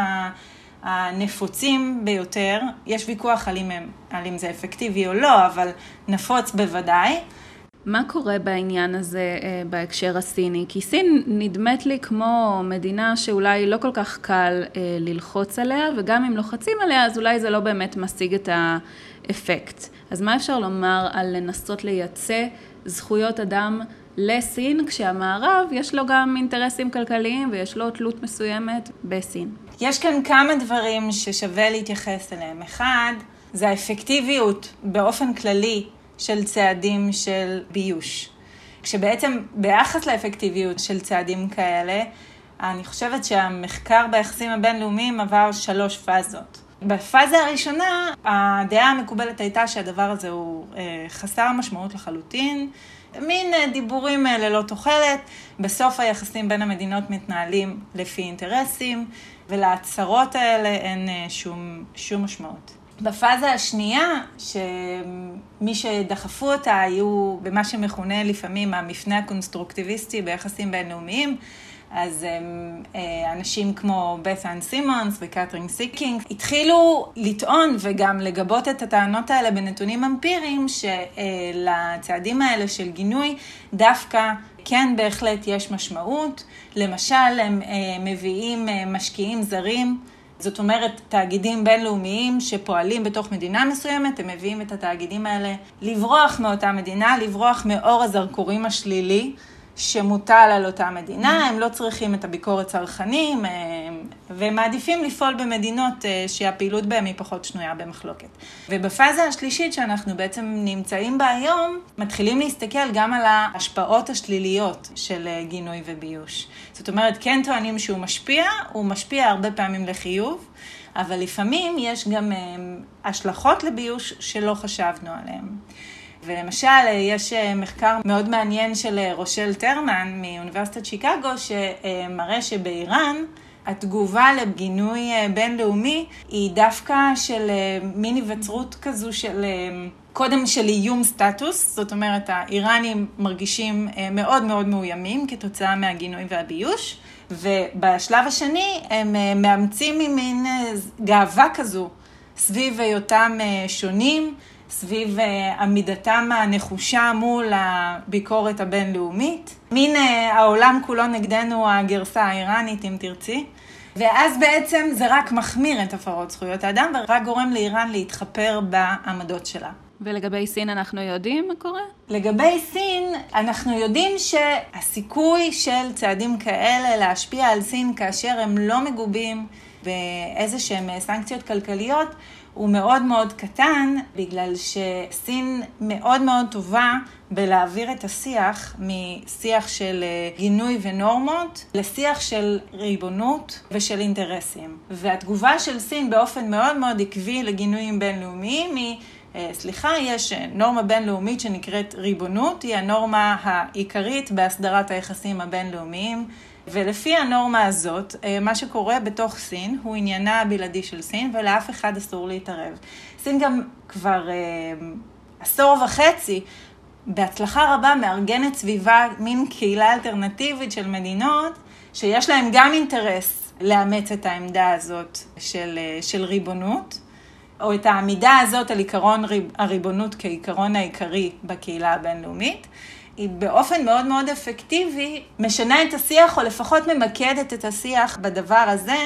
הנפוצים ביותר. יש ויכוח על אם זה אפקטיבי או לא, אבל נפוץ בוודאי. מה קורה בעניין הזה בהקשר הסיני? כי סין נדמת לי כמו מדינה שאולי לא כל כך קל ללחוץ עליה, וגם אם לוחצים עליה, אז אולי זה לא באמת משיג את האפקט. אז מה אפשר לומר על לנסות לייצא זכויות אדם לסין, כשהמערב יש לו גם אינטרסים כלכליים ויש לו תלות מסוימת בסין? יש כאן כמה דברים ששווה להתייחס אליהם. אחד, זה האפקטיביות באופן כללי של צעדים של ביוש. כשבעצם ביחס לאפקטיביות של צעדים כאלה, אני חושבת שהמחקר ביחסים הבינלאומיים עבר 3 פאזות. בפאזה הראשונה, הדעה המקובלת הייתה שהדבר הזה הוא חסר משמעות לחלוטין, מין דיבורים ללא תוחלת, בסוף היחסים בין המדינות מתנהלים לפי אינטרסים, ולהצהרות האלה אין שום משמעות. בפאזה השנייה, שמי שדחפו אותה היו במה שמכונה לפעמים המפנה הקונסטרוקטיביסטי ביחסים בינלאומיים, אז אנשים כמו בת'אן סימונס וקטרין סיקינג התחילו לטעון וגם לגבות את הטענות האלה בנתונים אמפיריים שלצעדים האלה של גינוי דווקא כן בהחלט יש משמעות. למשל הם מביאים משקיעים זרים, זאת אומרת תאגידים בינלאומיים שפועלים בתוך מדינה מסוימת, הם מביאים את התאגידים האלה לברוח מאותה מדינה, לברוח מאור הזרקורים השלילי שמוטל על אותה מדינה, הם לא צריכים את הביקורת צרכנים, והם מעדיפים לפעול במדינות שהפעילות בהם היא פחות שנויה במחלוקת. ובפאזה השלישית שאנחנו בעצם נמצאים בה היום, מתחילים להסתכל גם על ההשפעות השליליות של גינוי וביוש. זאת אומרת, כן טוענים שהוא משפיע, הוא משפיע הרבה פעמים לחיוב, אבל לפעמים יש גם השלכות לביוש שלא חשבנו עליהם. ולמשל, יש מחקר מאוד מעניין של רושל טרמן מאוניברסיטת שיקגו, שמראה שבאיראן התגובה לגינוי בינלאומי היא דווקא של מין היווצרות כזו של קודם של איום סטטוס, זאת אומרת, האיראנים מרגישים מאוד מאוד מאוימים כתוצאה מהגינוי והביוש, ובשלב השני הם מאמצים ממין גאווה כזו סביב היותם שונים, סביב עמידתם הנחושה מול הביקורת הבינלאומית. מין העולם כולו נגדנו הגרסה האיראנית, אם תרצי. ואז בעצם זה רק מחמיר את הפרות זכויות האדם, ורק גורם לאיראן להתחפר בעמדות שלה. ולגבי סין אנחנו יודעים מה קורה? לגבי סין אנחנו יודעים שהסיכוי של צעדים כאלה להשפיע על סין כאשר הם לא מגובים באיזה שהם סנקציות כלכליות, הוא מאוד מאוד קטן, בגלל שסין מאוד מאוד טובה בלהעביר את השיח משיח של גינוי ונורמות לשיח של ריבונות ושל אינטרסים. והתגובה של סין באופן מאוד מאוד עקבי לגינויים בינלאומיים היא, יש נורמה בינלאומית שנקראת ריבונות, היא הנורמה העיקרית בהסדרת היחסים הבינלאומיים ולפי הנורמה הזאת, מה שקורה בתוך סין הוא עניינה הבלעדי של סין, ולאף אחד אסור להתערב. סין גם כבר עשור וחצי, בהצלחה רבה מארגנת סביבה מין קהילה אלטרנטיבית של מדינות, שיש להם גם אינטרס לאמץ את העמדה הזאת של ריבונות, או את העמידה הזאת על עיקרון הריבונות כעיקרון העיקרי בקהילה הבינלאומית. היא באופן מאוד מאוד אפקטיבי משנה את השיח, או לפחות ממקדת את השיח בדבר הזה,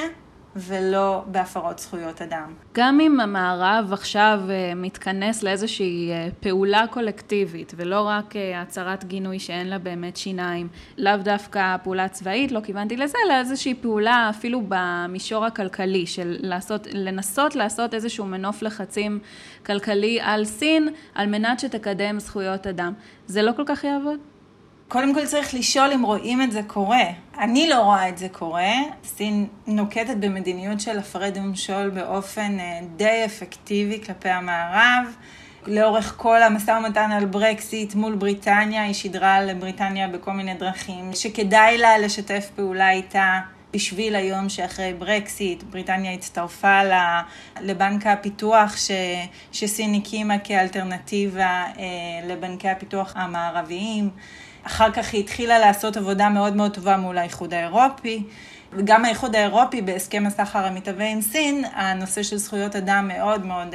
ולא בהפרות זכויות אדם. גם אם המערב עכשיו מתכנס לאיזושהי פעולה קולקטיבית, ולא רק הצהרת גינוי שאין לה באמת שיניים, לאו דווקא פעולה צבאית, לא כיוונתי לזה, אלא איזושהי פעולה אפילו במישור הכלכלי, של לנסות לעשות איזשהו מנוף לחצים כלכלי על סין, על מנת שתקדם זכויות אדם. זה לא כל כך יעבוד? קודם כל צריך לשאול אם רואים את זה קורה. אני לא רואה את זה קורה. סין נוקטת במדיניות של הפרד ומשול באופן די אפקטיבי כלפי המערב. לאורך כל המשא ומתן על ברקסיט מול בריטניה, היא שידרה לבריטניה בכל מיני דרכים, שכדאי לה לשתף פעולה איתה בשביל היום שאחרי ברקסיט. בריטניה הצטרפה לבנק הפיתוח שסין הקימה כאלטרנטיבה לבנקי הפיתוח המערביים. אחר כך היא התחילה לעשות עבודה מאוד מאוד טובה מול האיחוד האירופי, וגם האיחוד האירופי בהסכם הסחר המתהווה עם סין, הנושא של זכויות אדם מאוד מאוד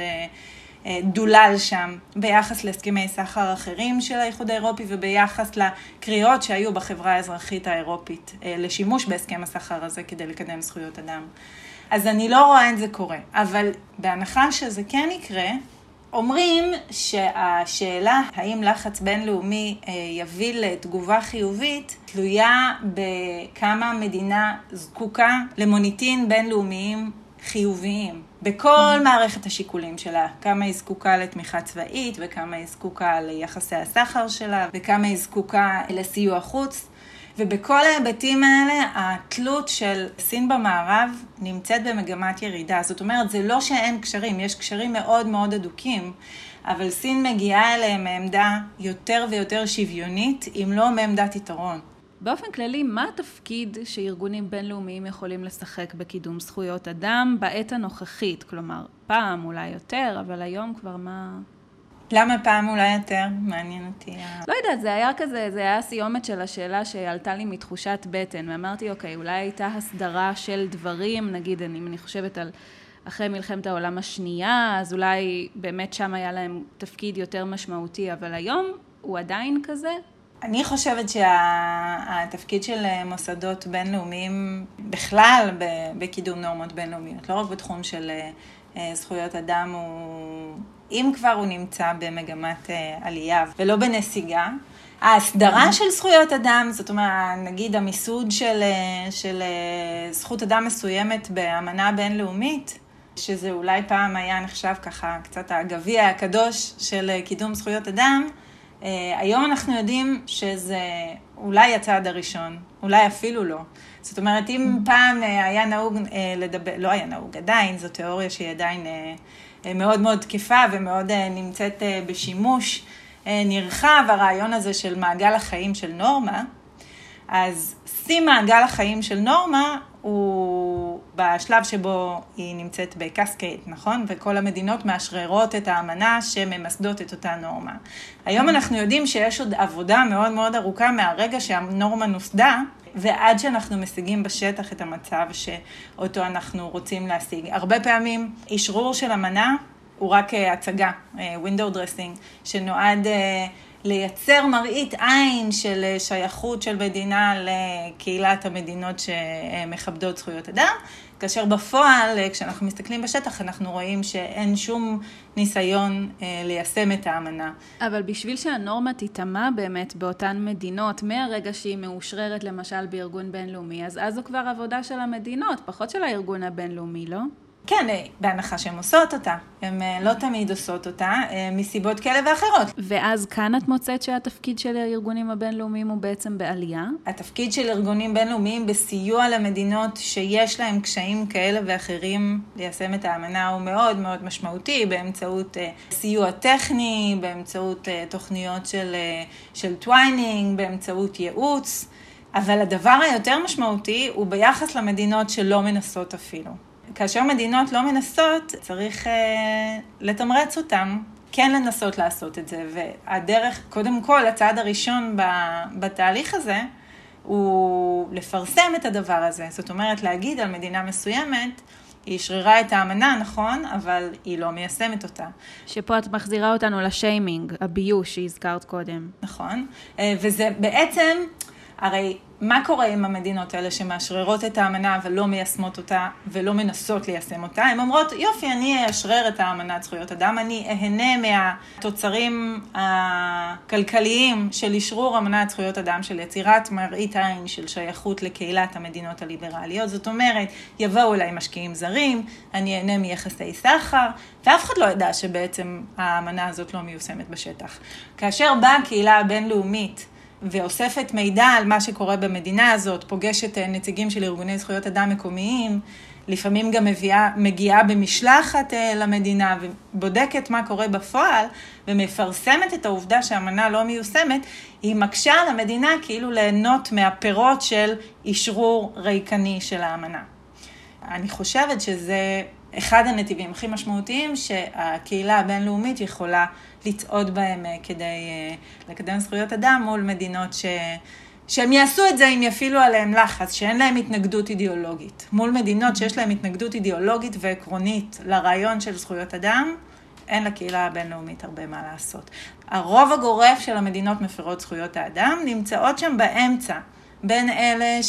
דולל שם, ביחס להסכמי סחר אחרים של האיחוד האירופי, וביחס לקריאות שהיו בחברה האזרחית האירופית לשימוש בהסכם הסחר הזה כדי לקדם זכויות אדם. אז אני לא רואה את זה קורה, אבל בהנחה שזה כן יקרה, אומרים שהשאלה האם לחץ בינלאומי יביא לתגובה חיובית תלויה בכמה מדינה זקוקה למוניטין בינלאומיים חיוביים. בכל מערכת השיקולים שלה, כמה היא זקוקה לתמיכה צבאית וכמה היא זקוקה ליחסי הסחר שלה וכמה היא זקוקה לסיוע חוץ. ובכל ההיבטים האלה, התלות של סין במערב נמצאת במגמת ירידה. זאת אומרת, זה לא שאין קשרים, יש קשרים מאוד מאוד אדוקים, אבל סין מגיעה אליהם מעמדה יותר ויותר שוויונית, אם לא מעמדת יתרון. באופן כללי, מה התפקיד שארגונים בינלאומיים יכולים לשחק בקידום זכויות אדם בעת הנוכחית? כלומר, פעם אולי יותר, אבל היום כבר מה... למה פעם אולי יותר? מעניין אותי. לא יודעת, זה היה כזה, זה היה סיומת של השאלה שעלתה לי מתחושת בטן, ואמרתי, אוקיי, אולי הייתה הסדרה של דברים, נגיד, אני חושבת על אחרי מלחמת העולם השנייה, אז אולי באמת שם היה להם תפקיד יותר משמעותי, אבל היום הוא עדיין כזה? אני חושבת שהתפקיד של מוסדות בינלאומיים בכלל בקידום נורמות בינלאומיות, לא רק בתחום של זכויות אדם, אם כבר הוא נמצא במגמת עלייה ולא בנסיגה. ההסדרה של זכויות אדם, זאת אומרת, נגיד המיסוד של זכות אדם מסוימת באמנה בינלאומית, שזה אולי פעם היה נחשב ככה קצת הגביע הקדוש של קידום זכויות אדם, היום אנחנו יודעים שזה אולי הצעד הראשון, אולי אפילו לא. זאת אומרת, אם פעם היה נהוג לדבר, לא היה נהוג עדיין, זו תיאוריה שהיא עדיין מאוד מאוד תקפה ומאוד נמצאת בשימוש נרחב, הרעיון הזה של מעגל החיים של נורמה. אז שיא מעגל החיים של נורמה הוא בשלב שבו היא נמצאת בקסקייד, נכון? וכל המדינות מאשררות את האמנה שממסדות את אותה נורמה. היום אנחנו יודעים שיש עוד עבודה מאוד מאוד ארוכה מהרגע שהנורמה נוסדה, ועד שאנחנו משיגים בשטח את המצב שאותו אנחנו רוצים להשיג. הרבה פעמים אישרור של אמנה הוא רק הצגה, window dressing, שנועד לייצר מראית עין של שייכות של מדינה לקהילת המדינות שמכבדות זכויות אדם, כאשר בפועל, כשאנחנו מסתכלים בשטח, אנחנו רואים שאין שום ניסיון ליישם את האמנה. אבל בשביל שהנורמה תיטמע באמת באותן מדינות, מהרגע שהיא מאושררת למשל בארגון בינלאומי, אז זו כבר עבודה של המדינות, פחות של הארגון הבינלאומי, לא? כן, בהנחה שהן עושות אותה. הן לא תמיד עושות אותה, מסיבות כאלה ואחרות. ואז כאן את מוצאת שהתפקיד של הארגונים הבינלאומיים הוא בעצם בעלייה? התפקיד של ארגונים בינלאומיים בסיוע למדינות שיש להם קשיים כאלה ואחרים ליישם את האמנה הוא מאוד מאוד משמעותי, באמצעות סיוע טכני, באמצעות תוכניות של טוויינינג, באמצעות ייעוץ. אבל הדבר היותר משמעותי הוא ביחס למדינות שלא מנסות אפילו. כאשר מדינות לא מנסות, צריך לתמרץ אותם, כן לנסות לעשות את זה. והדרך, קודם כל, הצעד הראשון בתהליך הזה, הוא לפרסם את הדבר הזה. זאת אומרת, להגיד על מדינה מסוימת, היא שרירה את האמנה, נכון, אבל היא לא מיישמת אותה. שפה את מחזירה אותנו לשיימינג, הביוש שהזכרת קודם. נכון, וזה בעצם, הרי מה קורה עם המדינות האלה שמאשררות את האמנה אבל לא מיישמות אותה ולא מנסות ליישם אותה? הן אומרות, יופי, אני אשרר את האמנת זכויות אדם, אני אהנה מהתוצרים הכלכליים של אשרור אמנת זכויות אדם, של יצירת מראית עין של שייכות לקהילת המדינות הליברליות. זאת אומרת, יבואו אליי משקיעים זרים, אני אהנה מיחסי סחר, ואף אחד לא ידע שבעצם האמנה הזאת לא מיושמת בשטח. כאשר באה הקהילה הבינלאומית, ואוספת מידע על מה שקורה במדינה הזאת, פוגשת נציגים של ארגוני זכויות אדם מקומיים, לפעמים גם מגיעה במשלחת למדינה ובודקת מה קורה בפועל, ומפרסמת את העובדה שהאמנה לא מיושמת, היא מקשה על המדינה כאילו ליהנות מהפירות של אשרור ריקני של האמנה. אני חושבת שזה אחד הנתיבים הכי משמעותיים שהקהילה הבינלאומית יכולה לצעוד בהם כדי לקדם זכויות אדם מול מדינות שהם יעשו את זה אם יפעילו עליהם לחץ, שאין להם התנגדות אידיאולוגית. מול מדינות שיש להם התנגדות אידיאולוגית ועקרונית לרעיון של זכויות אדם, אין לקהילה הבינלאומית הרבה מה לעשות. הרוב הגורף של המדינות מפרות זכויות האדם נמצאות שם באמצע, בין אלה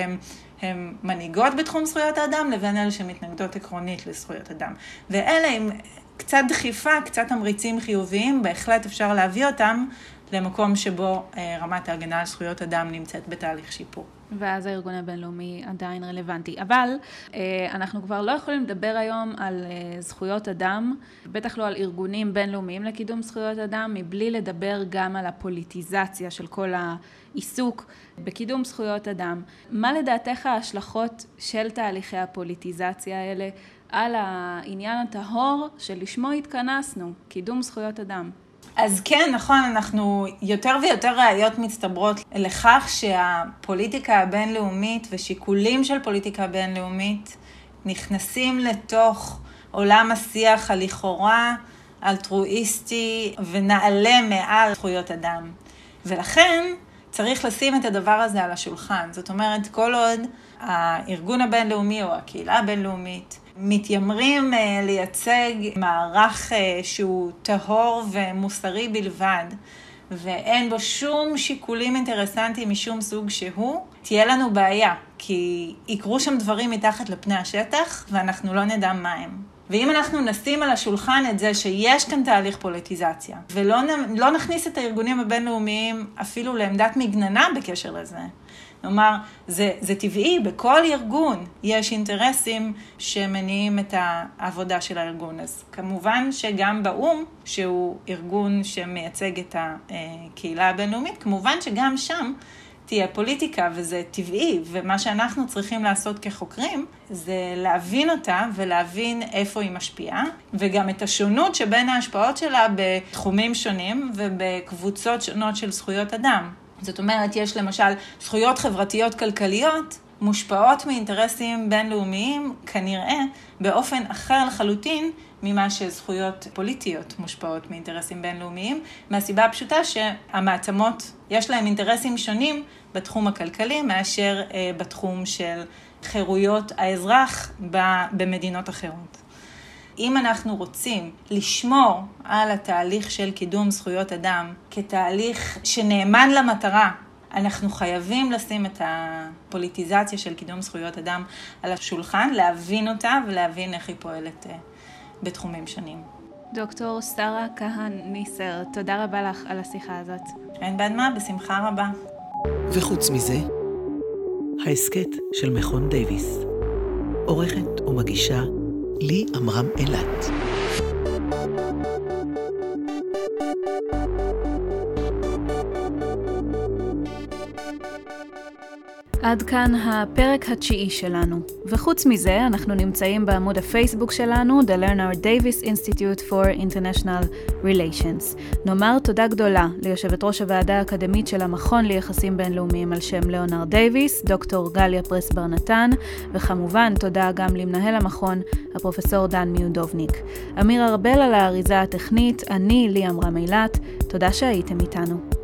הן מנהיגות בתחום זכויות האדם, לבין אלה שמתנגדות עקרונית לזכויות אדם. ואלה עם קצת דחיפה, קצת תמריצים חיוביים, בהחלט אפשר להביא אותם למקום שבו רמת ההגנה על זכויות אדם נמצאת בתהליך שיפור. ואז הארגון הבינלאומי עדיין רלוונטי. אבל אנחנו כבר לא יכולים לדבר היום על זכויות אדם, בטח לא על ארגונים בינלאומיים לקידום זכויות אדם, מבלי לדבר גם על הפוליטיזציה של כל העיסוק בקידום זכויות אדם. מה לדעתך ההשלכות של תהליכי הפוליטיזציה האלה על העניין הטהור שלשמו התכנסנו, קידום זכויות אדם? אז כן, נכון, אנחנו יותר ויותר ראיות מצטברות לכך שהפוליטיקה הבינלאומית ושיקולים של פוליטיקה בינלאומית נכנסים לתוך עולם השיח הלכאורה, אלטרואיסטי ונעלה מעל זכויות אדם. ולכן צריך לשים את הדבר הזה על השולחן. זאת אומרת, כל עוד הארגון הבינלאומי או הקהילה הבינלאומית מתיימרים לייצג מערך שהוא טהור ומוסרי בלבד, ואין בו שום שיקולים אינטרסנטיים משום סוג שהוא, תהיה לנו בעיה, כי יקרו שם דברים מתחת לפני השטח, ואנחנו לא נדע מה הם. ואם אנחנו נשים על השולחן את זה שיש כאן תהליך פוליטיזציה, ולא נכניס את הארגונים הבינלאומיים אפילו לעמדת מגננה בקשר לזה, כלומר, זה טבעי, בכל ארגון יש אינטרסים שמניעים את העבודה של הארגון. אז כמובן שגם באום, שהוא ארגון שמייצג את הקהילה הבינלאומית, כמובן שגם שם תהיה פוליטיקה וזה טבעי, ומה שאנחנו צריכים לעשות כחוקרים זה להבין אותה ולהבין איפה היא משפיעה, וגם את השונות שבין ההשפעות שלה בתחומים שונים ובקבוצות שונות של זכויות אדם. זאת אומרת, יש למשל זכויות חברתיות כלכליות מושפעות מאינטרסים בינלאומיים, כנראה באופן אחר לחלוטין ממה שזכויות פוליטיות מושפעות מאינטרסים בינלאומיים, מהסיבה הפשוטה שהמעצמות יש להם אינטרסים שונים בתחום הכלכלי מאשר בתחום של חירויות האזרח במדינות אחרות. אם אנחנו רוצים לשמור על התהליך של קידום זכויות אדם כתהליך שנאמן למטרה, אנחנו חייבים לשים את הפוליטיזציה של קידום זכויות אדם על השולחן, להבין אותה ולהבין איך היא פועלת בתחומים שונים. דוקטור שרה כהן ניסר, תודה רבה לך על השיחה הזאת. אין בעד מה, בשמחה רבה. וחוץ מזה, ההסכת של מכון דייוויס. עורכת ומגישה לי עמרם אילת. עד כאן הפרק התשיעי שלנו. וחוץ מזה, אנחנו נמצאים בעמוד הפייסבוק שלנו, The Leonard Davis Institute for International Relations. נאמר תודה גדולה ליושבת ראש הוועדה האקדמית של המכון ליחסים בינלאומיים על שם ליאונרד דייוויס, דוקטור גליה פרסבר נתן, וכמובן תודה גם למנהל המכון, הפרופסור דן מיודובניק. אמיר ארבל על האריזה הטכנית, אני לי אמרם אילת, תודה שהייתם איתנו.